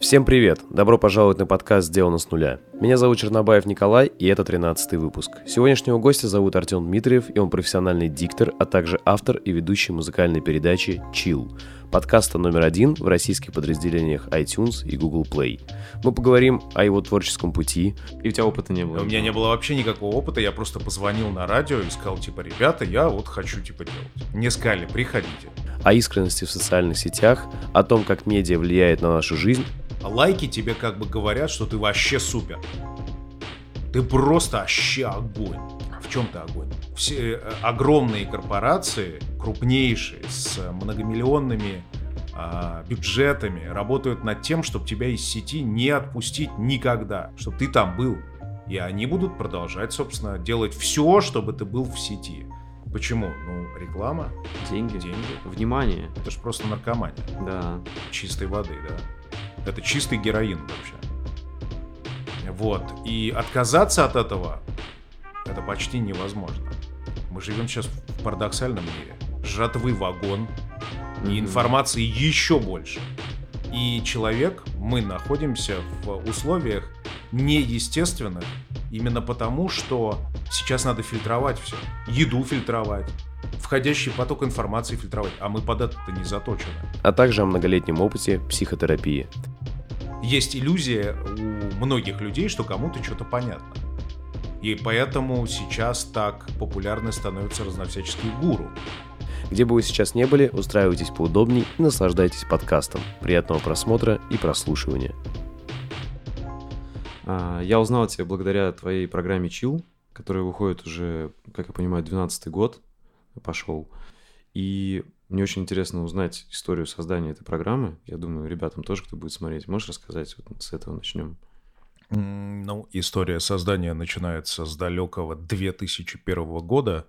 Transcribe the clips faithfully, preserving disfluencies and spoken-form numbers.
Всем привет! Добро пожаловать на подкаст «Сделано с нуля». Меня зовут Чернобаев Николай, и это тринадцатый выпуск. Сегодняшнего гостя зовут Артем Дмитриев, и он профессиональный диктор, а также автор и ведущий музыкальной передачи «Chill», подкаста номер один в российских подразделениях iTunes и Google Play. Мы поговорим о его творческом пути. И у тебя опыта не было? У меня не было вообще никакого опыта, я просто позвонил на радио и сказал, типа, ребята, я вот хочу, типа, делать. Мне сказали, приходите. О искренности в социальных сетях, о том, как медиа влияет на нашу жизнь. Лайки тебе как бы говорят, что ты вообще супер. Ты просто вообще огонь. В чем ты огонь? Все э, огромные корпорации, крупнейшие, с многомиллионными э, бюджетами, работают над тем, чтобы тебя из сети не отпустить никогда. Чтобы ты там был. И они будут продолжать, собственно, делать все, чтобы ты был в сети. Почему? Ну, реклама. Деньги. Деньги. Внимание. Это же просто наркомания. Да. Чистой воды, да. Это чистый героин вообще. Вот. И отказаться от этого, это почти невозможно. Мы живем сейчас в парадоксальном мире. Жратвы вагон, и Mm-hmm. информации еще больше. И человек, мы находимся в условиях неестественных, именно потому, что сейчас надо фильтровать все. Еду фильтровать, входящий поток информации фильтровать, а мы под это не заточены. А также о многолетнем опыте психотерапии. Есть иллюзия у многих людей, что кому-то что-то понятно. И поэтому сейчас так популярны становятся разновсякие гуру. Где бы вы сейчас не были, устраивайтесь поудобней и наслаждайтесь подкастом. Приятного просмотра и прослушивания. Я узнал о тебе благодаря твоей программе Chill, которая выходит уже, как я понимаю, двенадцатый год пошел. И мне очень интересно узнать историю создания этой программы. Я думаю, ребятам тоже, кто будет смотреть, можешь рассказать? Вот с этого начнем. Ну, история создания начинается с далекого две тысячи первого года.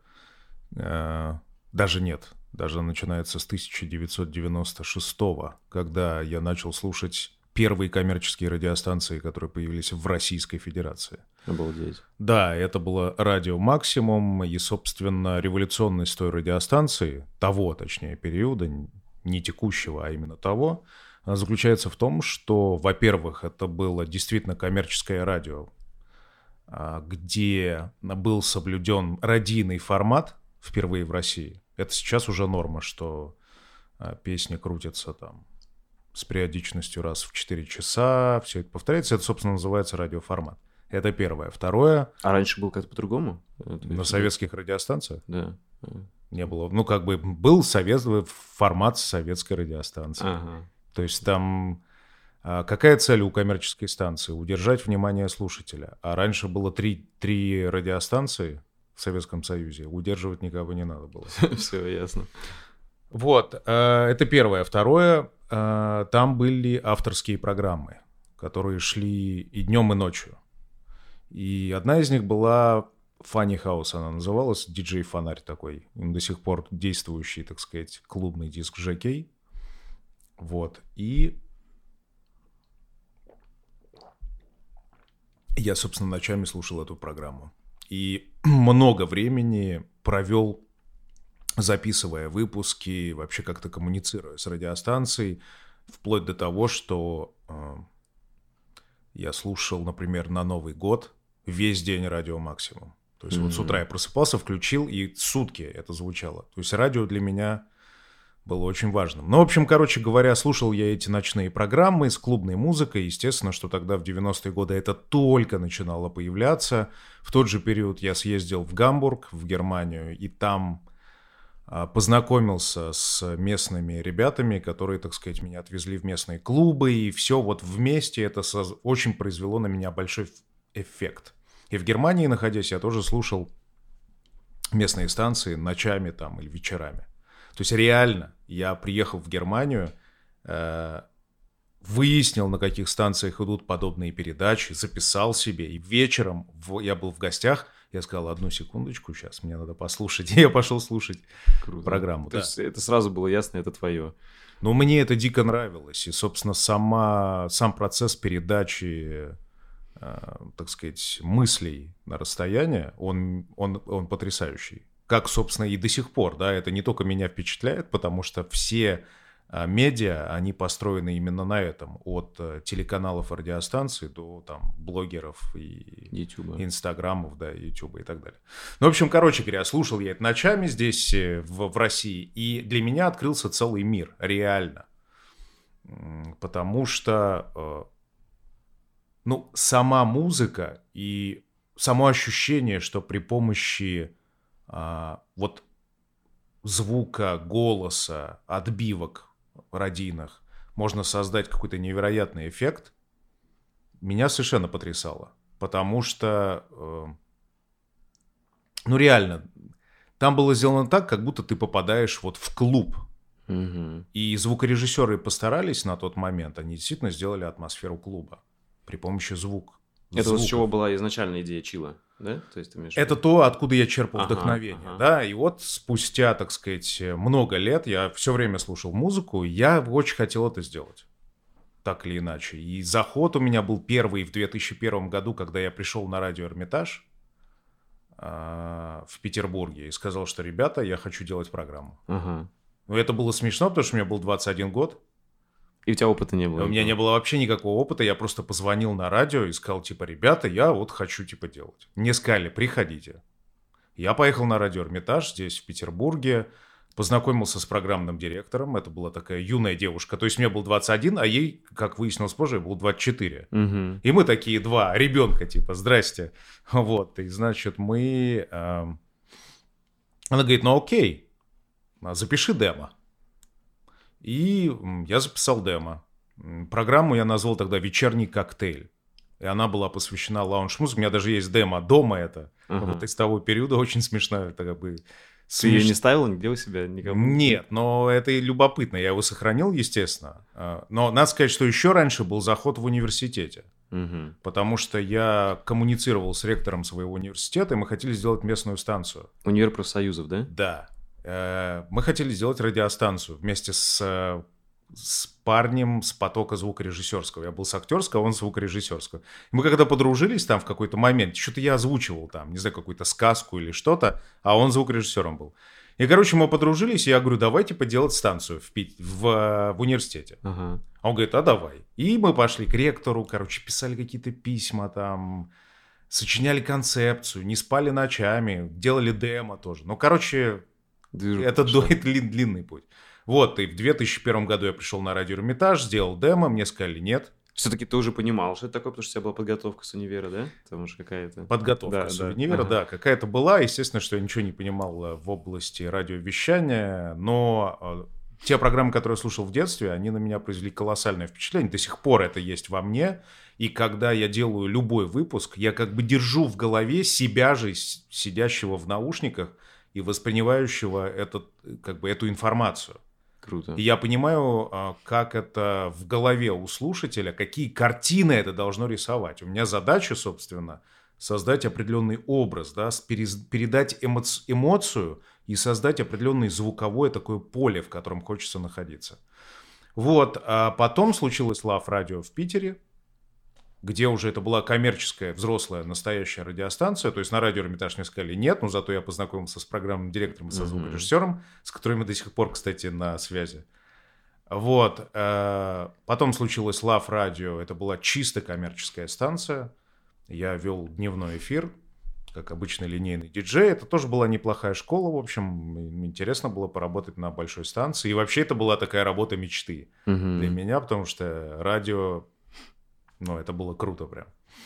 Даже нет, даже начинается с тысяча девятьсот девяносто шестого, когда я начал слушать первые коммерческие радиостанции, которые появились в Российской Федерации. Обалдеть. Да, это было радио «Максимум», и, собственно, революционность той радиостанции, того, точнее, периода, не текущего, а именно того, заключается в том, что, во-первых, это было действительно коммерческое радио, где был соблюден радийный формат впервые в России. Это сейчас уже норма, что песни крутятся там с периодичностью раз в четыре часа, все это повторяется. Это, собственно, называется радиоформат. Это первое. Второе... А раньше был как-то по-другому? На советских радиостанциях? Да. Не было. Ну, как бы был совет... формат советской радиостанции. Ага. То есть там... Какая цель у коммерческой станции? Удержать внимание слушателя. А раньше было три, три радиостанции в Советском Союзе. Удерживать никого не надо было. Все ясно. Вот. Это первое. Второе. Там были авторские программы, которые шли и днем, и ночью. И одна из них была Funny House, она называлась, диджей-фонарь такой, до сих пор действующий, так сказать, клубный диск-жокей. Вот. И я, собственно, ночами слушал эту программу. И много времени провел, записывая выпуски, вообще как-то коммуницируя с радиостанцией, вплоть до того, что э, я слушал, например, на Новый год весь день радио «Максимум». То есть mm-hmm. вот с утра я просыпался, включил, и сутки это звучало. То есть радио для меня было очень важным. Ну, в общем, короче говоря, слушал я эти ночные программы с клубной музыкой. Естественно, что тогда в девяностые годы это только начинало появляться. В тот же период я съездил в Гамбург, в Германию, и там познакомился с местными ребятами, которые, так сказать, меня отвезли в местные клубы, и все вот вместе это очень произвело на меня большой эффект. И в Германии, находясь, я тоже слушал местные станции ночами там или вечерами. То есть реально я приехал в Германию, э, выяснил, на каких станциях идут подобные передачи, записал себе, и вечером в, я был в гостях. Я сказал, одну секундочку, сейчас мне надо послушать. И я пошел слушать Круто. Программу. То да. есть это сразу было ясно, это твое. Ну, мне это дико нравилось. И, собственно, сама, сам процесс передачи, э, так сказать, мыслей на расстояние, он, он, он потрясающий. Как, собственно, и до сих пор. Да, это не только меня впечатляет, потому что все медиа, они построены именно на этом. От телеканалов и радиостанций до там блогеров и Ютуба. Инстаграмов, да, Ютуба и так далее. Ну, в общем, короче говоря, слушал я это ночами здесь, в, в России, и для меня открылся целый мир, реально. Потому что, ну, сама музыка и само ощущение, что при помощи а, вот звука, голоса, отбивок радийных можно создать какой-то невероятный эффект, меня совершенно потрясало. Потому что, э, ну реально, там было сделано так, как будто ты попадаешь вот в клуб. Угу. И звукорежиссеры постарались на тот момент, они действительно сделали атмосферу клуба при помощи звука. Это вот с чего была изначальная идея чила, да? То есть, ты имеешь в Это виду? то, откуда я черпал Ага, вдохновение, ага. да, и вот спустя, так сказать, много лет я все время слушал музыку, и я очень хотел это сделать, так или иначе. И заход у меня был первый в две тысячи первом году, когда я пришел на радио «Эрмитаж» э, в Петербурге и сказал, что, ребята, я хочу делать программу. Ага. Но это было смешно, потому что у меня был двадцать один год. И у тебя опыта не было? У меня не было вообще никакого опыта, я просто позвонил на радио и сказал, типа, ребята, я вот хочу, типа, делать. Мне сказали, приходите. Я поехал на радио «Эрмитаж» здесь, в Петербурге, познакомился с программным директором, это была такая юная девушка, то есть мне был двадцать один, а ей, как выяснилось позже, был двадцать четыре. Угу. И мы такие два ребенка, типа, здрасте. Вот, и, значит, мы... Э... Она говорит, ну окей, запиши демо. И я записал демо. Программу я назвал тогда «Вечерний коктейль». И она была посвящена лаунж-музыке. У меня даже есть демо дома это. Ага. Вот из того периода очень смешно. Это как бы... Ты смеш... ее не ставил нигде у себя? Никому? Нет, но это и любопытно. Я его сохранил, естественно. Но надо сказать, что еще раньше был заход в университете. Угу. Потому что я коммуницировал с ректором своего университета, и мы хотели сделать местную станцию. Универ профсоюзов, да? Да. Мы хотели сделать радиостанцию вместе с, с парнем с потока звукорежиссерского. Я был с актерского, он с звукорежиссерского. И мы когда подружились там в какой-то момент, что-то я озвучивал там, не знаю, какую-то сказку или что-то, а он звукорежиссером был. И, короче, мы подружились, и я говорю, давайте поделать станцию в, Пит... в, в университете. Ага. А он говорит, а давай. И мы пошли к ректору, короче, писали какие-то письма там, сочиняли концепцию, не спали ночами, делали демо тоже. Ну, короче... Движуха Это пошла. длин, длинный путь. Вот, и в две тысячи первом году я пришел на радио «Эрмитаж», сделал демо, мне сказали нет. Все-таки ты уже понимал, что это такое, потому что у тебя была подготовка с универа, да? Там уже какая-то... Подготовка Да, с да. универа, Ага. да, какая-то была. Естественно, что я ничего не понимал в области радиовещания, но э, те программы, которые я слушал в детстве, они на меня произвели колоссальное впечатление. До сих пор это есть во мне. И когда я делаю любой выпуск, я как бы держу в голове себя же, с- сидящего в наушниках, и воспринимающего этот, как бы, эту информацию. Круто. И я понимаю, а, как это в голове у слушателя, какие картины это должно рисовать. У меня задача, собственно, создать определенный образ, да, с- перез- передать эмоц- эмоцию и создать определенное звуковое такое поле, в котором хочется находиться. Вот. А потом случилось Лав Радио в Питере, где уже это была коммерческая, взрослая, настоящая радиостанция. То есть на радио «Эрмитаж» мне сказали нет, но зато я познакомился с программным директором и со Мгм. звукорежиссером, с которыми до сих пор, кстати, на связи. Вот. э, Потом случилось Лав Радио. Это была чисто коммерческая станция. Я вел дневной эфир, как обычный линейный диджей. Это тоже была неплохая школа, в общем. И интересно было поработать на большой станции. И вообще это была такая работа мечты Мгм. для меня, потому что радио, ну, это было круто прям.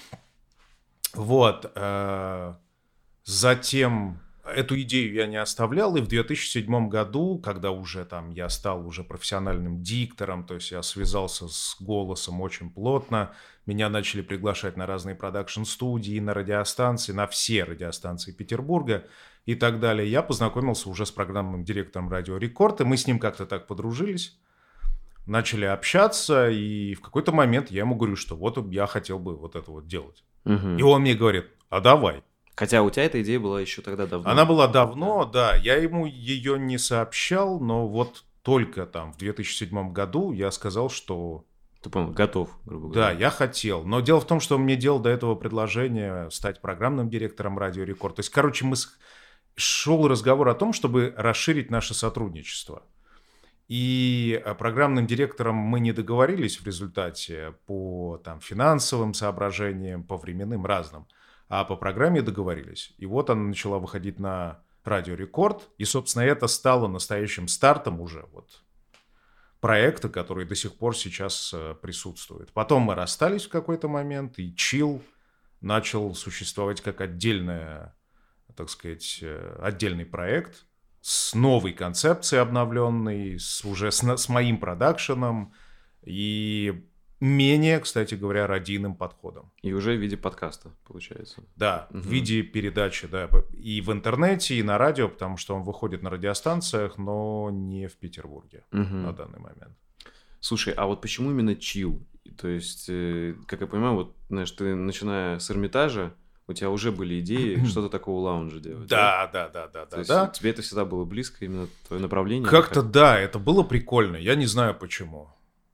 Вот. э, Затем эту идею я не оставлял, и в две тысячи седьмом году, когда уже там я стал уже профессиональным диктором, то есть я связался с голосом очень плотно, меня начали приглашать на разные продакшн-студии, на радиостанции, на все радиостанции Петербурга и так далее. Я познакомился уже с программным директором «Радио Рекорд», и мы с ним как-то так подружились. Начали общаться, и в какой-то момент я ему говорю, что вот я хотел бы вот это вот делать. Мгм. И он мне говорит, а давай. Хотя у тебя эта идея была еще тогда давно. Она была давно, да, я ему ее не сообщал, но вот только там в две тысячи седьмом году я сказал, что Ты понял, готов, грубо да, говоря. я хотел. Но дело в том, что он мне делал до этого предложение стать программным директором «Радио Рекорд». То есть, короче, мы с... шел разговор о том, чтобы расширить наше сотрудничество. И программным директором мы не договорились в результате по там, финансовым соображениям, по временным разным, а по программе договорились. И вот она начала выходить на Радио Рекорд, и, собственно, это стало настоящим стартом уже вот проекта, который до сих пор сейчас присутствует. Потом мы расстались в какой-то момент, и Chill начал существовать как отдельная, так сказать, отдельный проект с новой концепцией обновленной, с, уже с, с моим продакшеном и менее, кстати говоря, радийным подходом. И уже в виде подкаста, получается. Да, угу. В виде передачи, да, и в интернете, и на радио, потому что он выходит на радиостанциях, но не в Петербурге угу. на данный момент. Слушай, а вот почему именно Chill? То есть, как я понимаю, вот, знаешь, ты, начиная с Эрмитажа, у тебя уже были идеи что-то такого лаунжа делать. Да, да, да, да, да. То есть да. тебе это всегда было близко, именно твое направление? Как-то как? Да, это было прикольно, я не знаю почему.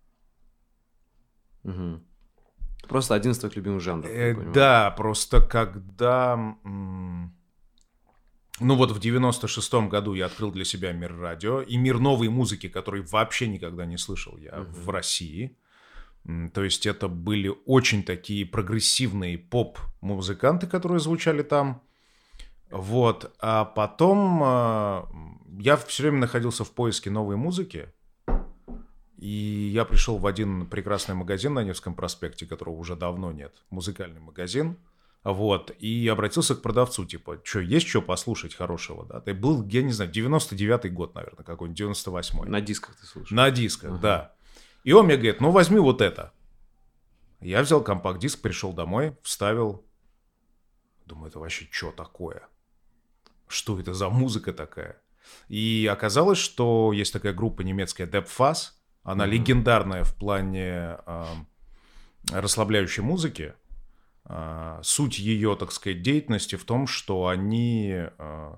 Угу. Просто один из твоих любимых жанров. Э, да, просто когда... М- ну вот в девяносто шестом году я открыл для себя мир радио и мир новой музыки, который вообще никогда не слышал я uh-huh. в России. То есть это были очень такие прогрессивные поп-музыканты, которые звучали там. Вот. А потом э, я все время находился в поиске новой музыки. И я пришел в один прекрасный магазин на Невском проспекте, которого уже давно нет. Музыкальный магазин. Вот. И обратился к продавцу, типа, что, есть что послушать хорошего? Да? Это был, я не знаю, девяносто девятый год, наверное, какой-нибудь, девяносто восьмой. На дисках ты слушаешь? На дисках, ага. да. И он мне говорит, ну возьми вот это. Я взял компакт-диск, пришел домой, вставил. Думаю, это вообще что такое? Что это за музыка такая? И оказалось, что есть такая группа немецкая Deep Fuzz. Она mm-hmm. легендарная в плане э, расслабляющей музыки. Э, суть ее, так сказать, деятельности в том, что они э,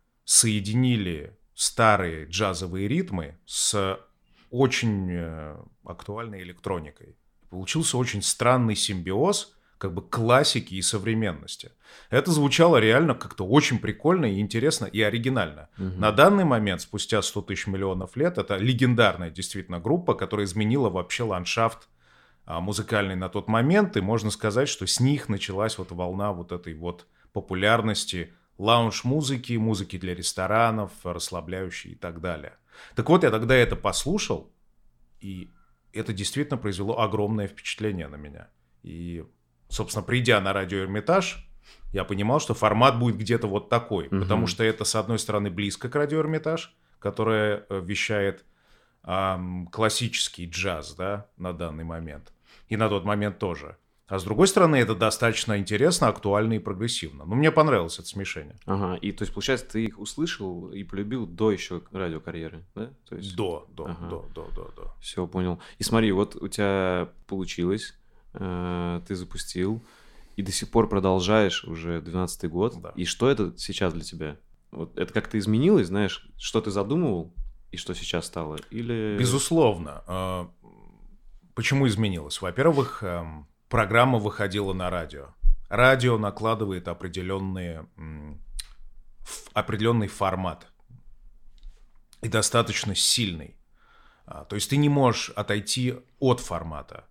соединили старые джазовые ритмы с очень э, актуальной электроникой. Получился очень странный симбиоз как бы классики и современности. Это звучало реально как-то очень прикольно и интересно и оригинально. Угу. На данный момент, спустя сто тысяч миллионов лет, это легендарная действительно группа, которая изменила вообще ландшафт а, музыкальный на тот момент. И можно сказать, что с них началась вот волна вот этой вот популярности лаунж-музыки, музыки для ресторанов, расслабляющей и так далее. Так вот, я тогда это послушал, и это действительно произвело огромное впечатление на меня. И, собственно, придя на радио Эрмитаж, я понимал, что формат будет где-то вот такой. Uh-huh. Потому что это, с одной стороны, близко к радио Эрмитаж, которое вещает эм, классический джаз, да, на данный момент. И на тот момент тоже. А с другой стороны, это достаточно интересно, актуально и прогрессивно. Ну, мне понравилось это смешение. Ага, и то есть, получается, ты их услышал и полюбил до еще радиокарьеры, да? То есть... До, до, ага. до, до, до, до. Все, понял. И смотри, вот у тебя получилось, э, ты запустил, и до сих пор продолжаешь уже двенадцатый год. Да. И что это сейчас для тебя? Вот это как-то изменилось, знаешь, что ты задумывал и что сейчас стало? Или... Безусловно. Почему изменилось? Во-первых... Программа выходила на радио. Радио накладывает определенные, определенный формат. И достаточно сильный. То есть ты не можешь отойти от формата.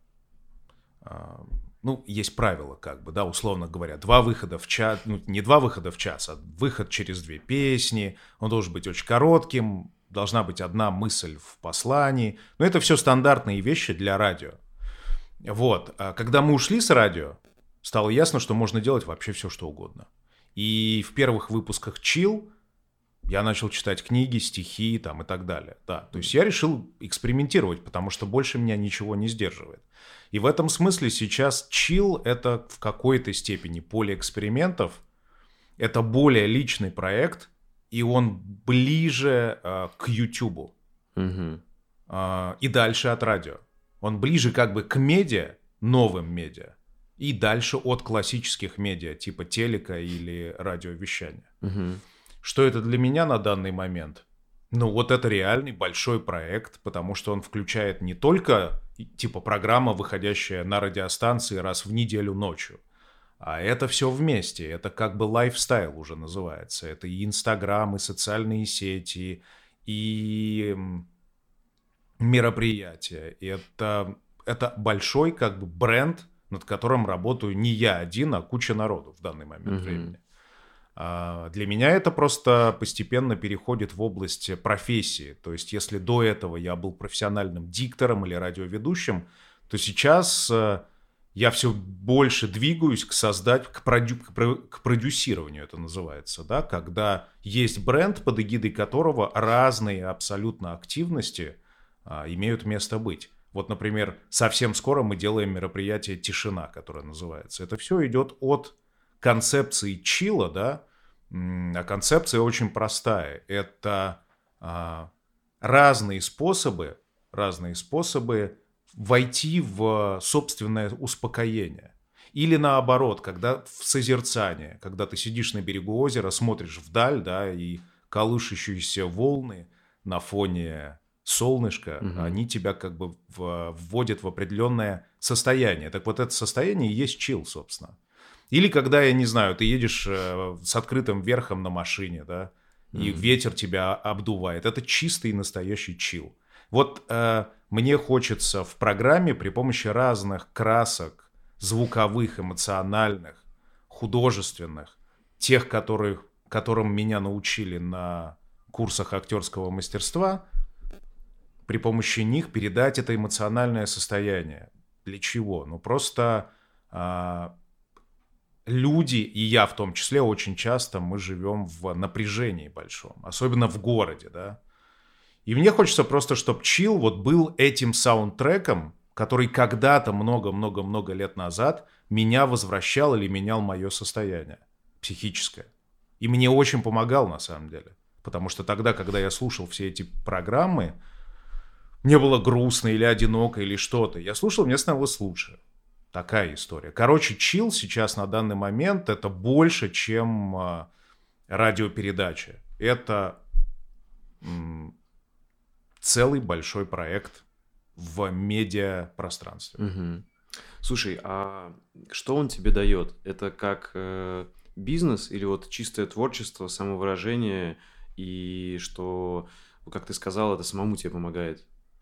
Ну, есть правило, как бы, да, условно говоря. Два выхода в час, ну, не два выхода в час, а выход через две песни. Он должен быть очень коротким. Должна быть одна мысль в послании. Но это все стандартные вещи для радио. Вот, когда мы ушли с радио, стало ясно, что можно делать вообще все, что угодно. И в первых выпусках Chill я начал читать книги, стихи там и так далее. Да, то есть я решил экспериментировать, потому что больше меня ничего не сдерживает. И в этом смысле сейчас Chill — это в какой-то степени поле экспериментов, это более личный проект, и он ближе э, к YouTube угу. э, и дальше от радио. Он ближе как бы к медиа, новым медиа, и дальше от классических медиа, типа телека или радиовещания. Угу. Что это для меня на данный момент? Ну, вот это реальный большой проект, потому что он включает не только, типа, программа, выходящая на радиостанции раз в неделю ночью, а это все вместе. Это как бы лайфстайл уже называется. Это и Инстаграм, и социальные сети, и... мероприятие. Это, это большой как бы бренд, над которым работаю не я один, а куча народу в данный момент mm-hmm. времени. А для меня это просто постепенно переходит в область профессии. То есть если до этого я был профессиональным диктором или радиоведущим, то сейчас я все больше двигаюсь к создать, к, продю, к продюсированию это называется, да, когда есть бренд, под эгидой которого разные абсолютно активности а, имеют место быть. Вот, например, совсем скоро мы делаем мероприятие «Тишина», которое называется. Это все идет от концепции чила, да, а концепция очень простая. Это а, разные способы, разные способы войти в собственное успокоение. Или наоборот, когда в созерцание, когда ты сидишь на берегу озера, смотришь вдаль, да, и колышущиеся волны на фоне солнышка, угу. они тебя как бы в, вводят в определенное состояние. Так вот это состояние и есть чил, собственно. Или когда, я не знаю, ты едешь э, с открытым верхом на машине, да, угу. и ветер тебя обдувает. Это чистый и настоящий чил. Вот э, мне хочется в программе при помощи разных красок, звуковых, эмоциональных, художественных, тех, которых, которым меня научили на курсах актерского мастерства, при помощи них передать это эмоциональное состояние. Для чего? Ну просто э, люди, и я в том числе, очень часто мы живем в напряжении большом, особенно в городе, да. И мне хочется просто, чтобы чил вот был этим саундтреком, который когда-то много-много-много лет назад меня возвращал или менял мое состояние психическое. И мне очень помогал на самом деле. Потому что тогда, когда я слушал все эти программы, мне было грустно или одиноко или что-то. Я слушал, мне становилось лучше. Такая история. Короче, чил сейчас на данный момент это больше, чем э, радиопередача. Это... М- целый большой проект в медиапространстве. Угу. Слушай, а что он тебе дает? Это как э, бизнес или вот чистое творчество, самовыражение, и что, как ты сказал, это самому тебе помогает?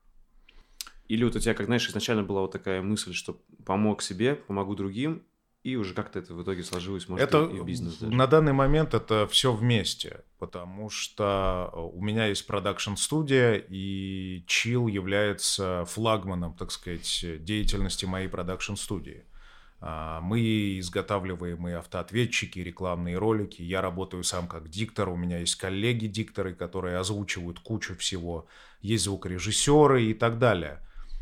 Или вот у тебя, как знаешь, изначально была вот такая мысль, что помог себе, помогу другим, и уже как-то это в итоге сложилось, может, это, и в бизнес даже. На данный момент это все вместе, потому что у меня есть продакшн-студия, и чил является флагманом, так сказать, деятельности моей продакшн-студии. Мы изготавливаем и автоответчики, и рекламные ролики. Я работаю сам как диктор, у меня есть коллеги-дикторы, которые озвучивают кучу всего, есть звукорежиссеры и так далее.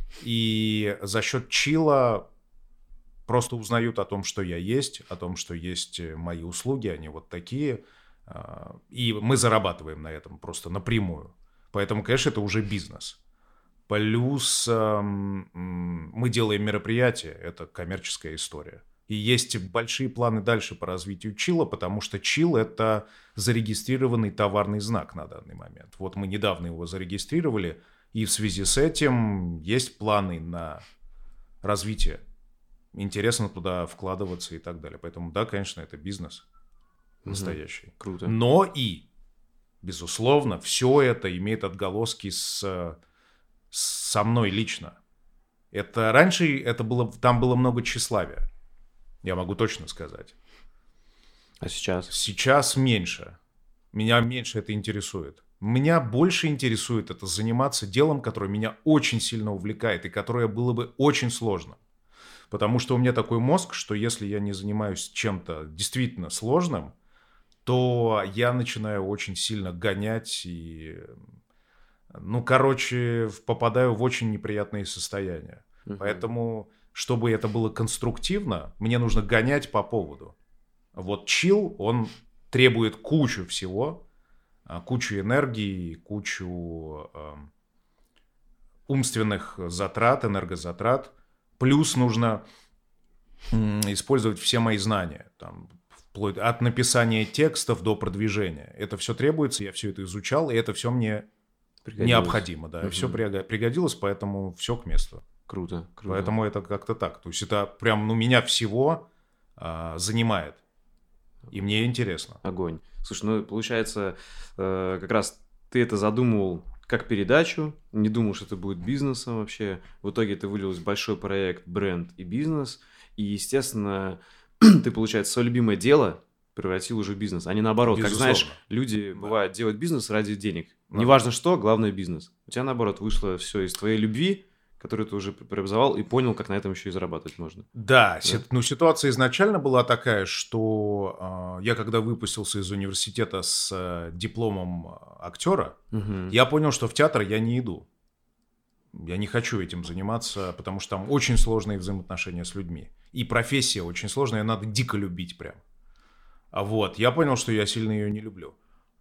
И за счет чила... просто узнают о том, что я есть, о том, что есть мои услуги, они вот такие. И мы зарабатываем на этом просто напрямую. Поэтому, конечно, это уже бизнес. Плюс мы делаем мероприятия, это коммерческая история. И есть большие планы дальше по развитию чила, потому что чил – это зарегистрированный товарный знак на данный момент. Вот мы недавно его зарегистрировали, и в связи с этим есть планы на развитие. Интересно туда вкладываться и так далее. Поэтому, да, конечно, это бизнес настоящий. Угу, круто. Но и, безусловно, все это имеет отголоски с, со мной лично. Это раньше это было, там было много тщеславия. Я могу точно сказать. А сейчас? Сейчас меньше. Меня меньше это интересует. Меня больше интересует это заниматься делом, которое меня очень сильно увлекает и которое было бы очень сложно. Потому что у меня такой мозг, что если я не занимаюсь чем-то действительно сложным, то я начинаю очень сильно гонять и, ну, короче, попадаю в очень неприятные состояния. Uh-huh. Поэтому, чтобы это было конструктивно, мне нужно гонять по поводу. Вот чил, он требует кучу всего, кучу энергии, кучу э, умственных затрат, энергозатрат. Плюс нужно использовать все мои знания, там, вплоть от написания текстов до продвижения. Это все требуется, я все это изучал, и это все мне необходимо. Да, угу. Все пригодилось, поэтому все к месту. Круто, круто. Поэтому это как-то так. То есть это прям, ну, меня всего а, занимает, и мне интересно. Огонь. Слушай, ну, получается, э, как раз ты это задумывал как передачу, не думал, что это будет бизнесом вообще. В итоге это вылилось в большой проект, бренд и бизнес. И, естественно, ты, получается, свое любимое дело превратил уже в бизнес, а не наоборот. Безусловно. Как, знаешь, люди, да. бывает, делают бизнес ради денег. Да. Неважно что, главное бизнес. У тебя, наоборот, вышло все из твоей любви, которую ты уже преобразовал и понял, как на этом еще и зарабатывать можно. Да, да. Си- ну ситуация изначально была такая, что э, я когда выпустился из университета с э, дипломом актера, угу. я понял, что в театр я не иду. Я не хочу этим заниматься, потому что там очень сложные взаимоотношения с людьми. И профессия очень сложная, ее надо дико любить прям. А вот, я понял, что я сильно ее не люблю.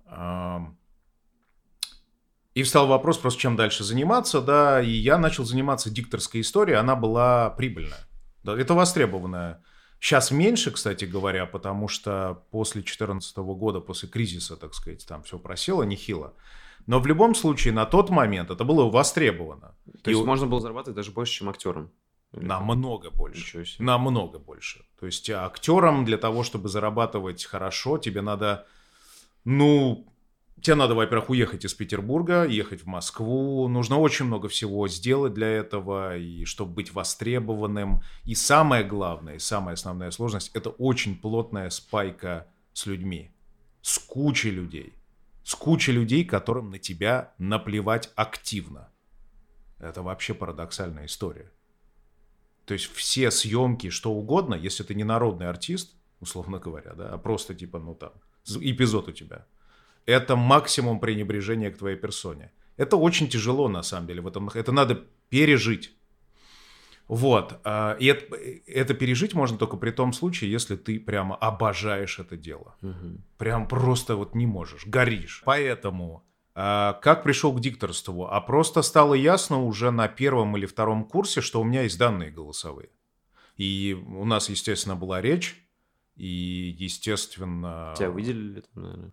И встал вопрос просто, чем дальше заниматься, да, и я начал заниматься дикторской историей, она была прибыльная. Да, это востребованная. Сейчас меньше, кстати говоря, потому что после две тысячи четырнадцатого года, после кризиса, так сказать, там все просело нехило. Но в любом случае на тот момент это было востребовано. То и есть можно было зарабатывать даже больше, чем актером? Намного больше. Намного больше. То есть актерам для того, чтобы зарабатывать хорошо, тебе надо, ну... Тебе надо, во-первых, уехать из Петербурга, ехать в Москву. Нужно очень много всего сделать для этого, и чтобы быть востребованным. И самое главное, и самая основная сложность – это очень плотная спайка с людьми. С кучей людей. С кучей людей, которым на тебя наплевать активно. Это вообще парадоксальная история. То есть все съемки, что угодно, если ты не народный артист, условно говоря, да, а просто типа, ну там, эпизод у тебя – это максимум пренебрежения к твоей персоне. Это очень тяжело, на самом деле. В этом, это надо пережить. Вот. И это, это пережить можно только при том случае, если ты прямо обожаешь это дело. Угу. Прям просто вот не можешь, горишь. Поэтому, как пришел к дикторству? А просто стало ясно уже на первом или втором курсе, что у меня есть данные голосовые. И у нас, естественно, была речь. И, естественно... Тебя выделили там, наверное?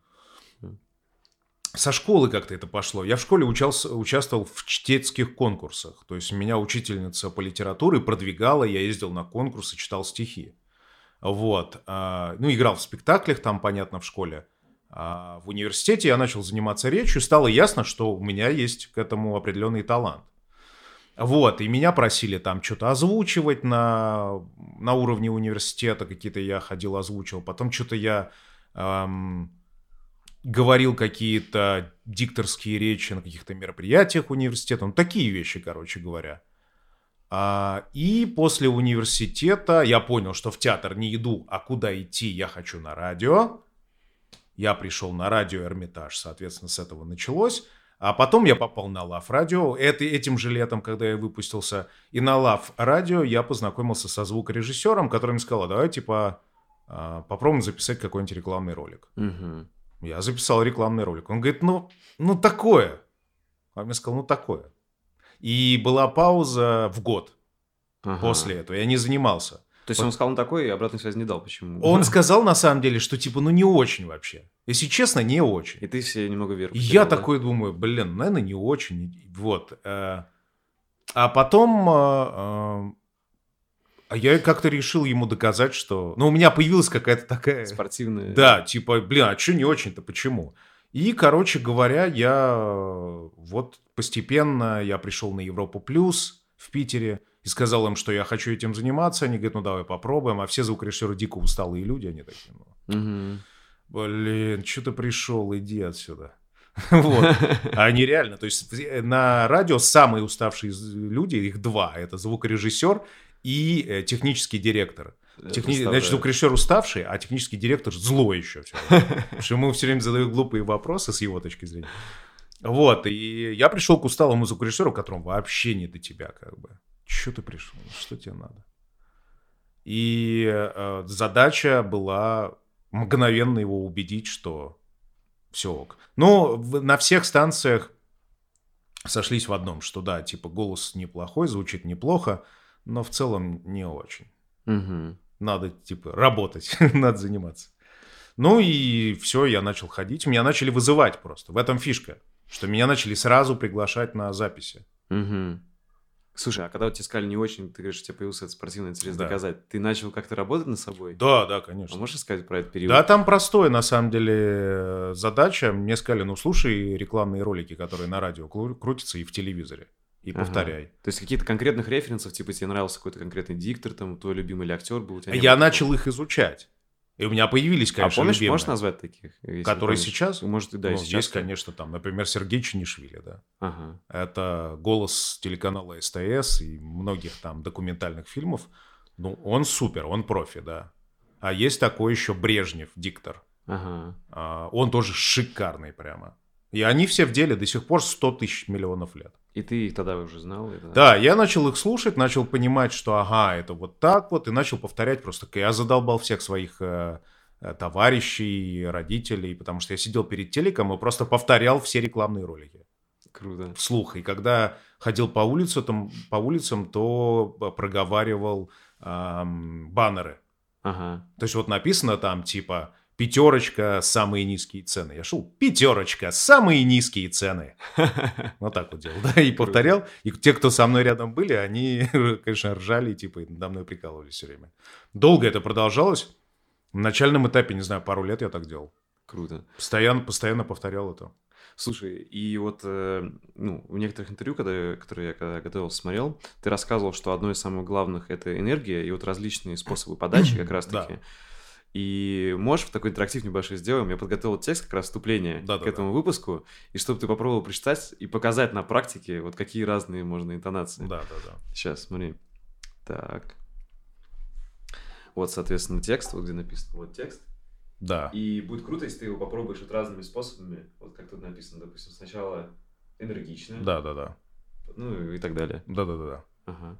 Со школы как-то это пошло. Я в школе учался, участвовал в чтецких конкурсах. То есть меня учительница по литературе продвигала, я ездил на конкурсы, читал стихи. Вот. Ну, играл в спектаклях там, понятно, в школе. А в университете я начал заниматься речью, стало ясно, что у меня есть к этому определенный талант. Вот, и меня просили там что-то озвучивать на, на уровне университета, какие-то я ходил, озвучивал. Потом что-то я... Эм, говорил какие-то дикторские речи на каких-то мероприятиях университета. Ну, такие вещи, короче говоря. А, и после университета я понял, что в театр не иду, а куда идти, я хочу на радио. Я пришел на радио Эрмитаж, соответственно, с этого началось. А потом я попал на Лав Радио. Это, этим же летом, когда я выпустился. И на Лав Радио я познакомился со звукорежиссером, который мне сказал, давай, типа, попробуем записать какой-нибудь рекламный ролик. Угу. Я записал рекламный ролик. Он говорит, ну, ну такое. А мне сказал, ну такое. И была пауза в год ага. после этого. Я не занимался. То есть вот. Он сказал, ну такое, и обратной связи не дал. Почему? Он сказал на самом деле, что типа, ну не очень вообще. Если честно, не очень. И ты все немного вверх. Я да? такой думаю, блин, наверное, не очень. Вот. А потом... А я как-то решил ему доказать, что... Ну, у меня появилась какая-то такая... Спортивная. Да, типа, блин, а что не очень-то, почему? И, короче говоря, я вот постепенно я пришел на Европу Плюс в Питере и сказал им, что я хочу этим заниматься. Они говорят, ну, давай попробуем. А все звукорежиссеры дико усталые люди, они такие, ну... Угу. Блин, что ты пришел, иди отсюда. Вот. А они реально, то есть на радио самые уставшие люди, их два. Это звукорежиссер и э, технический директор. Техни... Значит, звукорежиссер уставший, а технический директор злой еще. Все. Потому что ему все время задают глупые вопросы с его точки зрения. Вот, и я пришел к усталому звукорежиссеру, которому вообще не до тебя, как бы. Че ты пришел? Что тебе надо? И э, задача была мгновенно его убедить, что все ок. Но в, на всех станциях сошлись в одном, что да, типа голос неплохой, звучит неплохо, но в целом не очень. Угу. Надо, типа, работать, надо заниматься. Ну и все, я начал ходить. Меня начали вызывать просто. В этом фишка, что меня начали сразу приглашать на записи. Угу. Слушай, а когда вот тебе сказали не очень, ты говоришь, у тебя появился этот спортивный интерес Да. доказать, ты начал как-то работать над собой? Да, да, А конечно. можешь сказать про этот период? Да, там простая, на самом деле, задача. Мне сказали, ну, слушай рекламные ролики, которые на радио кру- крутятся и в телевизоре, и Ага. повторяй. То есть какие-то конкретных референсов, типа тебе нравился какой-то конкретный диктор, там, твой любимый или актер был? У тебя не Я было начал такого? их изучать. И у меня появились, А конечно, помнишь, любимые. можешь назвать таких? если Которые помнишь? сейчас? Может, и да, и Ну, сейчас. есть, конечно, там, например, Сергей Чинишвили, да. Ага. Это голос телеканала СТС и многих там документальных фильмов. Ну, он супер, он профи, да. А есть такой еще Брежнев, диктор. Ага. А, Он тоже шикарный прямо. И они все в деле до сих пор сто тысяч миллионов лет. И ты их тогда уже знал? Это... Да, я начал их слушать, начал понимать, что ага, это вот так вот, и начал повторять просто. Я задолбал всех своих э, э, товарищей, родителей, потому что я сидел перед телеком и просто повторял все рекламные ролики Круто. вслух. И когда ходил по улице, там, по улицам, то проговаривал эм, баннеры. Ага. То есть вот написано там типа «Пятерочка, самые низкие цены». Я шел «Пятерочка, самые низкие цены». Вот так вот делал, да, и повторял. И те, кто со мной рядом были, они, конечно, ржали, типа, и надо мной прикалывались все время. Долго это продолжалось. На начальном этапе, не знаю, пару лет я так делал. Круто. Постоянно, постоянно повторял это. Слушай, и вот э, ну, в некоторых интервью, когда, которые я когда готовился, смотрел, ты рассказывал, что одно из самых главных — это энергия и вот различные способы подачи как раз-таки. Да. И можешь в такой интерактив небольшой сделаем? Я подготовил текст как раз вступление Да, к да, этому выпуску, и чтобы ты попробовал прочитать и показать на практике, вот какие разные можно интонации. Да, да, да. Сейчас, смотри. Так. Вот, соответственно, текст, вот где написано, вот текст. Да. И будет круто, если ты его попробуешь вот разными способами, вот как тут написано, допустим, сначала энергично, Да, да, да. ну и так далее. Да, да, да, да. Ага.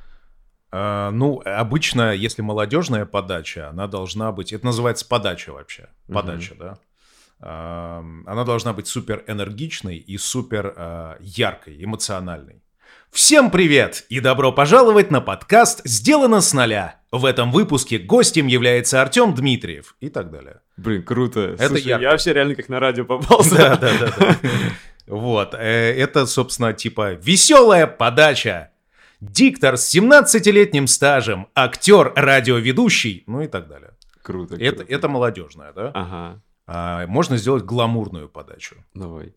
А, ну, обычно, если молодежная подача, она должна быть... Это называется подача вообще. Подача, да. А, она должна быть супер энергичной и супер а, яркой, эмоциональной. Всем привет и добро пожаловать на подкаст «Сделано с нуля». В этом выпуске гостем является Артем Дмитриев и так далее. Блин, круто. Это Слушай, ярко. я вообще реально как на радио попался. Да, да, да, да. Вот, э, это, собственно, типа веселая подача. Диктор с семнадцатилетним стажем, актер, радиоведущий, ну и так далее. Круто. Это, круто. это молодежная, да? Ага, А можно сделать гламурную подачу. давай.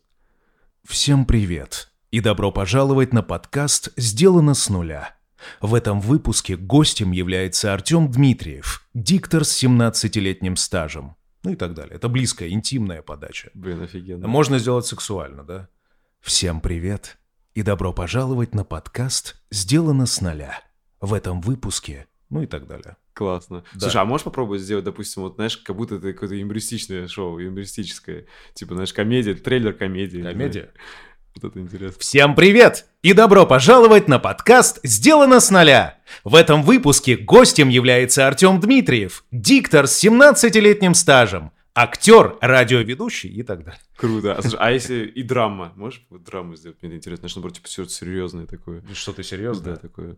Всем привет и добро пожаловать на подкаст «Сделано с нуля». В этом выпуске гостем является Артем Дмитриев, диктор с семнадцатилетним стажем, ну и так далее. Это близкая, интимная подача. Блин, офигенно. Можно сделать сексуально, да? Всем привет и добро пожаловать на подкаст «Сделано с нуля». В этом выпуске, ну и так далее. Классно. Да. Слушай, а можешь попробовать сделать, допустим, вот, знаешь, как будто это какое-то юмористичное шоу, юмористическое. Типа, знаешь, комедия, трейлер комедии. не знаю. Комедия? Вот это интересно. Всем привет и добро пожаловать на подкаст «Сделано с нуля». В этом выпуске гостем является Артем Дмитриев, диктор с семнадцатилетним стажем, актер, радиоведущий и так далее. Круто. А, слушай, а если и драма? Можешь вот драму сделать? Мне это интересно. Знаешь, наоборот, типа, что-то серьезное такое. Что-то Да, серьезное? такое.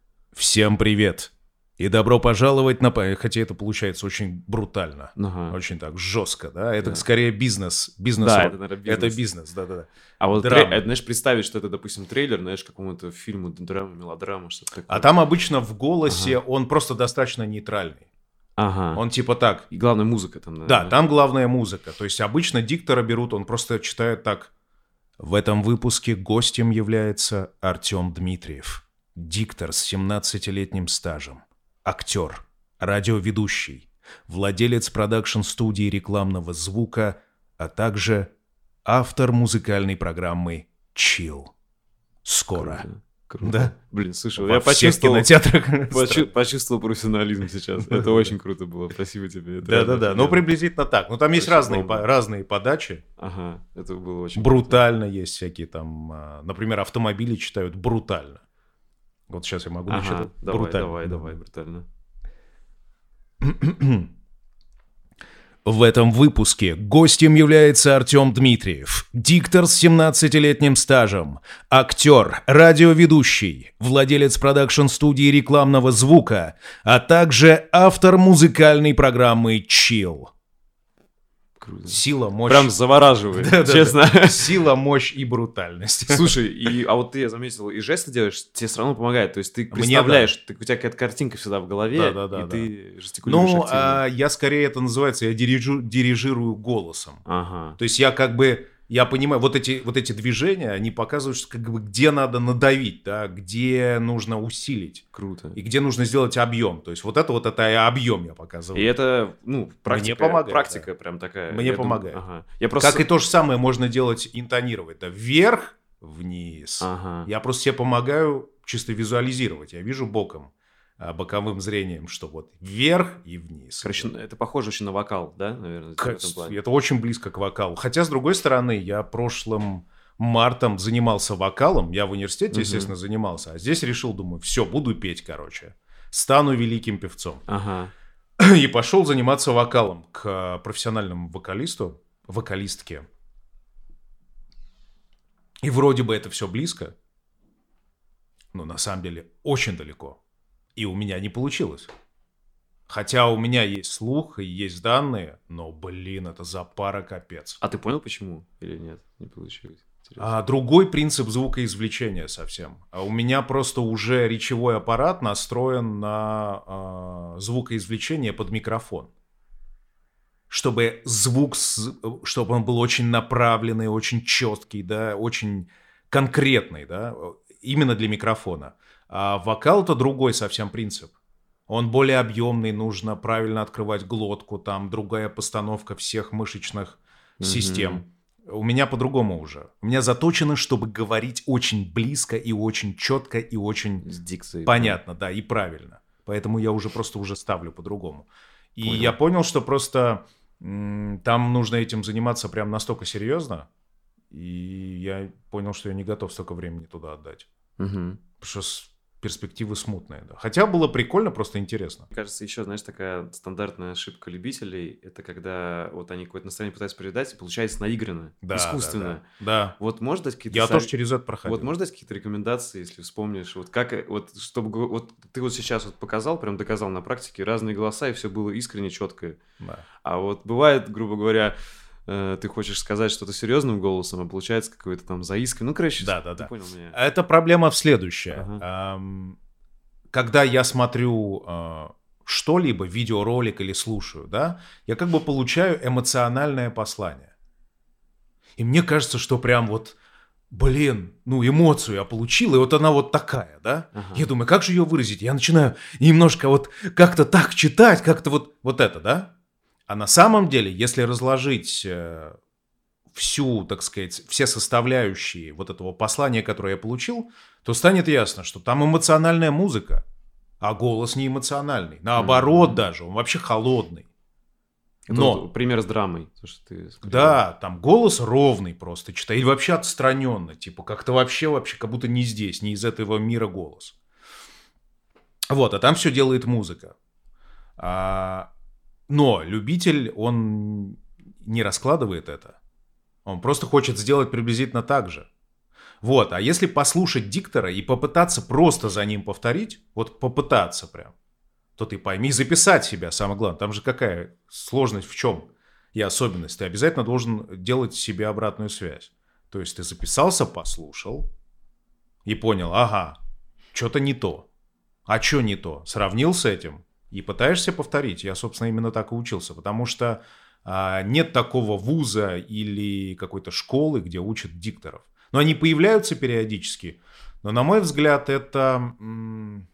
Всем привет и добро пожаловать на... Хотя это получается очень брутально. Ага. Очень так жестко, да? Это Да. скорее бизнес. бизнес Да, это, наверное, бизнес. Это бизнес, да-да-да. А вот, Драма. трей- это, знаешь, представить, что это, допустим, трейлер, знаешь, какому-то фильму, драма, мелодрама, что-то такое. А там обычно в голосе он просто достаточно нейтральный. Ага. Он типа так. И главное, музыка там, Да, наверное. там главная музыка. То есть обычно диктора берут, он просто читает так. В этом выпуске гостем является Артем Дмитриев, диктор с семнадцатилетним стажем, актер, радиоведущий, владелец продакшн-студии рекламного звука, а также автор музыкальной программы «Chill». Скоро. Круто. Круто. Да. Блин, слушай, Во я всех почувствовал, кинотеатрах. почу- почувствовал профессионализм сейчас. Это очень круто было. Спасибо тебе. Это реально Да-да-да, ну офигенно. приблизительно так. Ну там есть Очень разные, бомба. по- разные подачи. Ага, это было очень Брутально есть всякие там, а, например, автомобили читают брутально. Вот сейчас я могу круто. начать. Ага, давай, брутально. давай, давай, брутально. В этом выпуске гостем является Артем Дмитриев, диктор с семнадцатилетним стажем, актер, радиоведущий, владелец продакшн-студии рекламного звука, а также автор музыкальной программы «Chill». Круто. Сила, мощь. Прям завораживает, честно. Сила, мощь и брутальность. Слушай, и, а вот ты, я заметил, и жесты делаешь, тебе все равно помогает. То есть ты представляешь, ты, у тебя какая-то картинка всегда в голове, да, да, да, и да. ты жестикулируешь ну, активно. А, я скорее это называется, я дирижу, дирижирую голосом. Ага. То есть я как бы, я понимаю, вот эти, вот эти движения, они показывают, что как бы где надо надавить, да, где нужно усилить. Круто. И где нужно сделать объем. То есть вот это вот это объем я показываю. И это, ну, практика, Мне помогает, практика да. прям такая. Мне я помогает. Думаю, ага. я просто... Как и то же самое можно делать, интонировать. Да, вверх, вниз. Ага. Я просто себе помогаю чисто визуализировать. Я вижу боком, боковым зрением, что вот вверх и вниз. Короче, это похоже очень на вокал, да, наверное? К... Это очень близко к вокалу. Хотя, с другой стороны, я прошлым мартом занимался вокалом. Я в университете, uh-huh. естественно, занимался. А здесь решил, думаю, все, буду петь, короче. Стану великим певцом. Ага. И пошел заниматься вокалом к профессиональному вокалисту, вокалистке. И вроде бы это все близко, но на самом деле очень далеко. И у меня не получилось. Хотя у меня есть слух и есть данные, но, блин, это запара капец. А ты понял, почему или нет? Не получилось. А, другой принцип звукоизвлечения совсем. А у меня просто уже речевой аппарат настроен на а, звукоизвлечение под микрофон. Чтобы звук, чтобы он был очень направленный, очень четкий, да, очень конкретный, да, именно для микрофона. А вокал — это другой совсем принцип. Он более объемный, нужно правильно открывать глотку, там другая постановка всех мышечных mm-hmm. систем. У меня по-другому уже. У меня заточено, чтобы говорить очень близко и очень четко и очень с дикцией, понятно, да, и правильно. Поэтому я уже просто уже ставлю по-другому. И понял. Я понял, что просто м- там нужно этим заниматься прям настолько серьезно. И я понял, что я не готов столько времени туда отдать. Угу. Потому что перспективы смутные, да. Хотя было прикольно, просто интересно. Мне кажется, еще, знаешь, такая стандартная ошибка любителей, это когда вот они какое-то настроение пытаются передать, и получается наигранно, да, искусственно. Да, да, да. Вот можешь дать какие-то... Я сов... тоже через это проходил. Вот можешь дать какие-то рекомендации, если вспомнишь, вот как, вот, чтобы, вот ты вот сейчас вот показал, прям доказал на практике разные голоса, и все было искренне, четко. Да. А вот бывает, грубо говоря, ты хочешь сказать что-то серьезным голосом, а получается какой-то там заисканный. Ну, короче, да, да, ты да. понял меня. Это проблема в следующее. Ага. Эм, когда я смотрю э, что-либо, видеоролик или слушаю, да, я как бы получаю эмоциональное послание. И мне кажется, что прям вот, блин, ну, эмоцию я получил, и вот она вот такая, да. Ага. Я думаю, как же ее выразить? Я начинаю немножко вот как-то так читать, как-то вот, вот это, да. А на самом деле, если разложить э, всю, так сказать, все составляющие вот этого послания, которое я получил, то станет ясно, что там эмоциональная музыка, а голос не эмоциональный. Наоборот mm-hmm. даже, он вообще холодный. Это Но вот пример с драмой. То, что ты да, там голос ровный просто, читай, или вообще отстраненно, типа как-то вообще, вообще как будто не здесь, не из этого мира голос. Вот, а там все делает музыка. А... Но любитель, он не раскладывает это. Он просто хочет сделать приблизительно так же. Вот, а если послушать диктора и попытаться просто за ним повторить, вот попытаться прям, то ты пойми, записать себя, самое главное. Там же какая сложность в чем и особенность. Ты обязательно должен делать себе обратную связь. То есть ты записался, послушал и понял, ага, что-то не то. А что не то? Сравнил с этим и пытаешься повторить. Я, собственно, именно так и учился, потому что а, нет такого вуза или какой-то школы, где учат дикторов. Но они появляются периодически. Но, на мой взгляд, это, м-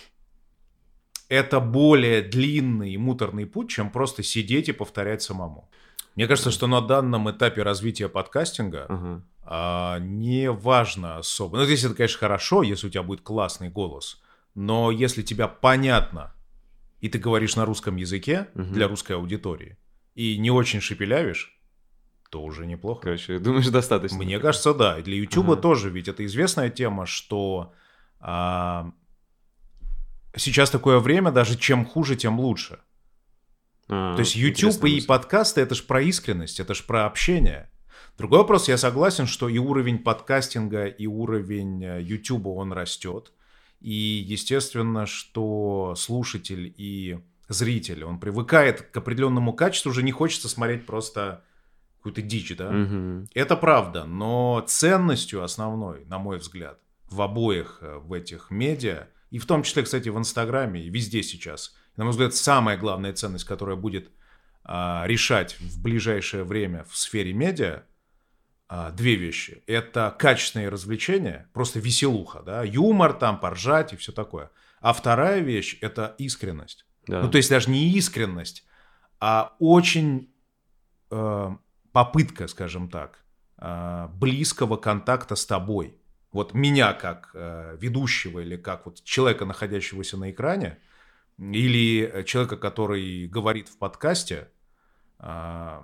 это более длинный и муторный путь, чем просто сидеть и повторять самому. Мне кажется, что на данном этапе развития подкастинга uh-huh. а, не важно особо. Ну, здесь это, конечно, хорошо, если у тебя будет классный голос. Но если тебя понятно, и ты говоришь на русском языке uh-huh. для русской аудитории, и не очень шепелявишь, то уже неплохо. Короче, думаешь, достаточно? Мне кажется, да. И для Ютуба ага. тоже, ведь это известная тема, что а, сейчас такое время, даже чем хуже, тем лучше. А, то есть YouTube и подкасты — это ж про искренность, это ж про общение. Другой вопрос, я согласен, что и уровень подкастинга, и уровень Ютуба, он растет. И естественно, что слушатель и зритель, он привыкает к определенному качеству, уже не хочется смотреть просто какую-то дичь, да? Мгм. Это правда, но ценностью основной, на мой взгляд, в обоих э, в этих медиа, и в том числе, кстати, в Инстаграме и везде сейчас, на мой взгляд, самая главная ценность, которая будет а, решать в ближайшее время в сфере медиа, а, две вещи. Это качественные развлечения, просто веселуха, да, юмор там, поржать и все такое. А вторая вещь – это искренность. Да. Ну, то есть даже не искренность, а очень э, попытка, скажем так, э, близкого контакта с тобой. Вот меня как э, ведущего или как вот человека, находящегося на экране, или человека, который говорит в подкасте, э,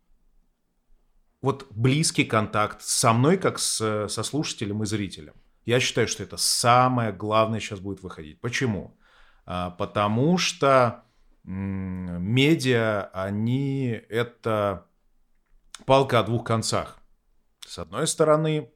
вот близкий контакт со мной, как с, со слушателем и зрителем. Я считаю, что это самое главное сейчас будет выходить. Почему? А, потому что м, медиа, они это палка о двух концах. С одной стороны,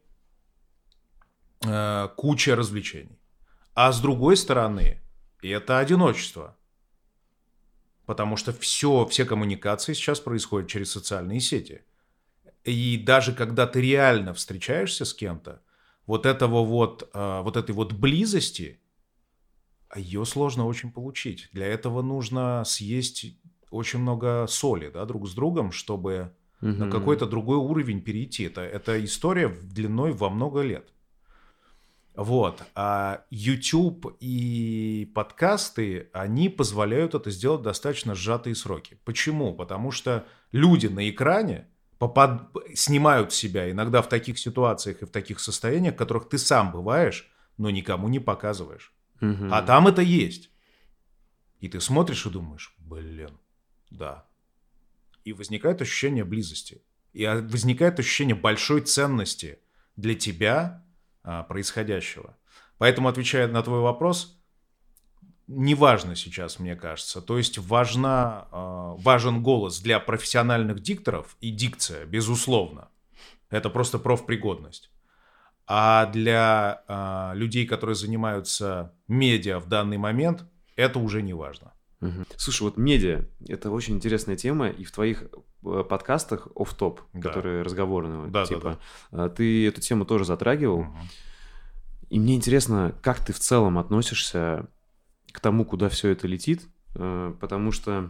э, куча развлечений. А с другой стороны, это одиночество. Потому что все, все коммуникации сейчас происходят через социальные сети. И даже когда ты реально встречаешься с кем-то, вот этого вот, э, вот этой вот близости, ее сложно очень получить. Для этого нужно съесть очень много соли, да, друг с другом, чтобы Мгм. на какой-то другой уровень перейти. Это, это история длиной во много лет. Вот. А YouTube и подкасты, они позволяют это сделать в достаточно сжатые сроки. Почему? Потому что люди на экране попад... снимают себя иногда в таких ситуациях и в таких состояниях, в которых ты сам бываешь, но никому не показываешь. Мгм. А там это есть. И ты смотришь и думаешь, блин, да. И возникает ощущение близости. И а, возникает ощущение большой ценности для тебя а, происходящего. Поэтому, отвечая на твой вопрос, неважно сейчас, мне кажется. То есть важна, а, важен голос для профессиональных дикторов и дикция, безусловно. Это просто профпригодность. А для а, людей, которые занимаются медиа в данный момент, это уже не важно. Мгм. Слушай, вот медиа — это очень интересная тема, и в твоих э, подкастах офф-топ, Да. которые разговорные, Да, да, типа, э, ты эту тему тоже затрагивал. Мгм. И мне интересно, как ты в целом относишься к тому, куда все это летит, э, потому что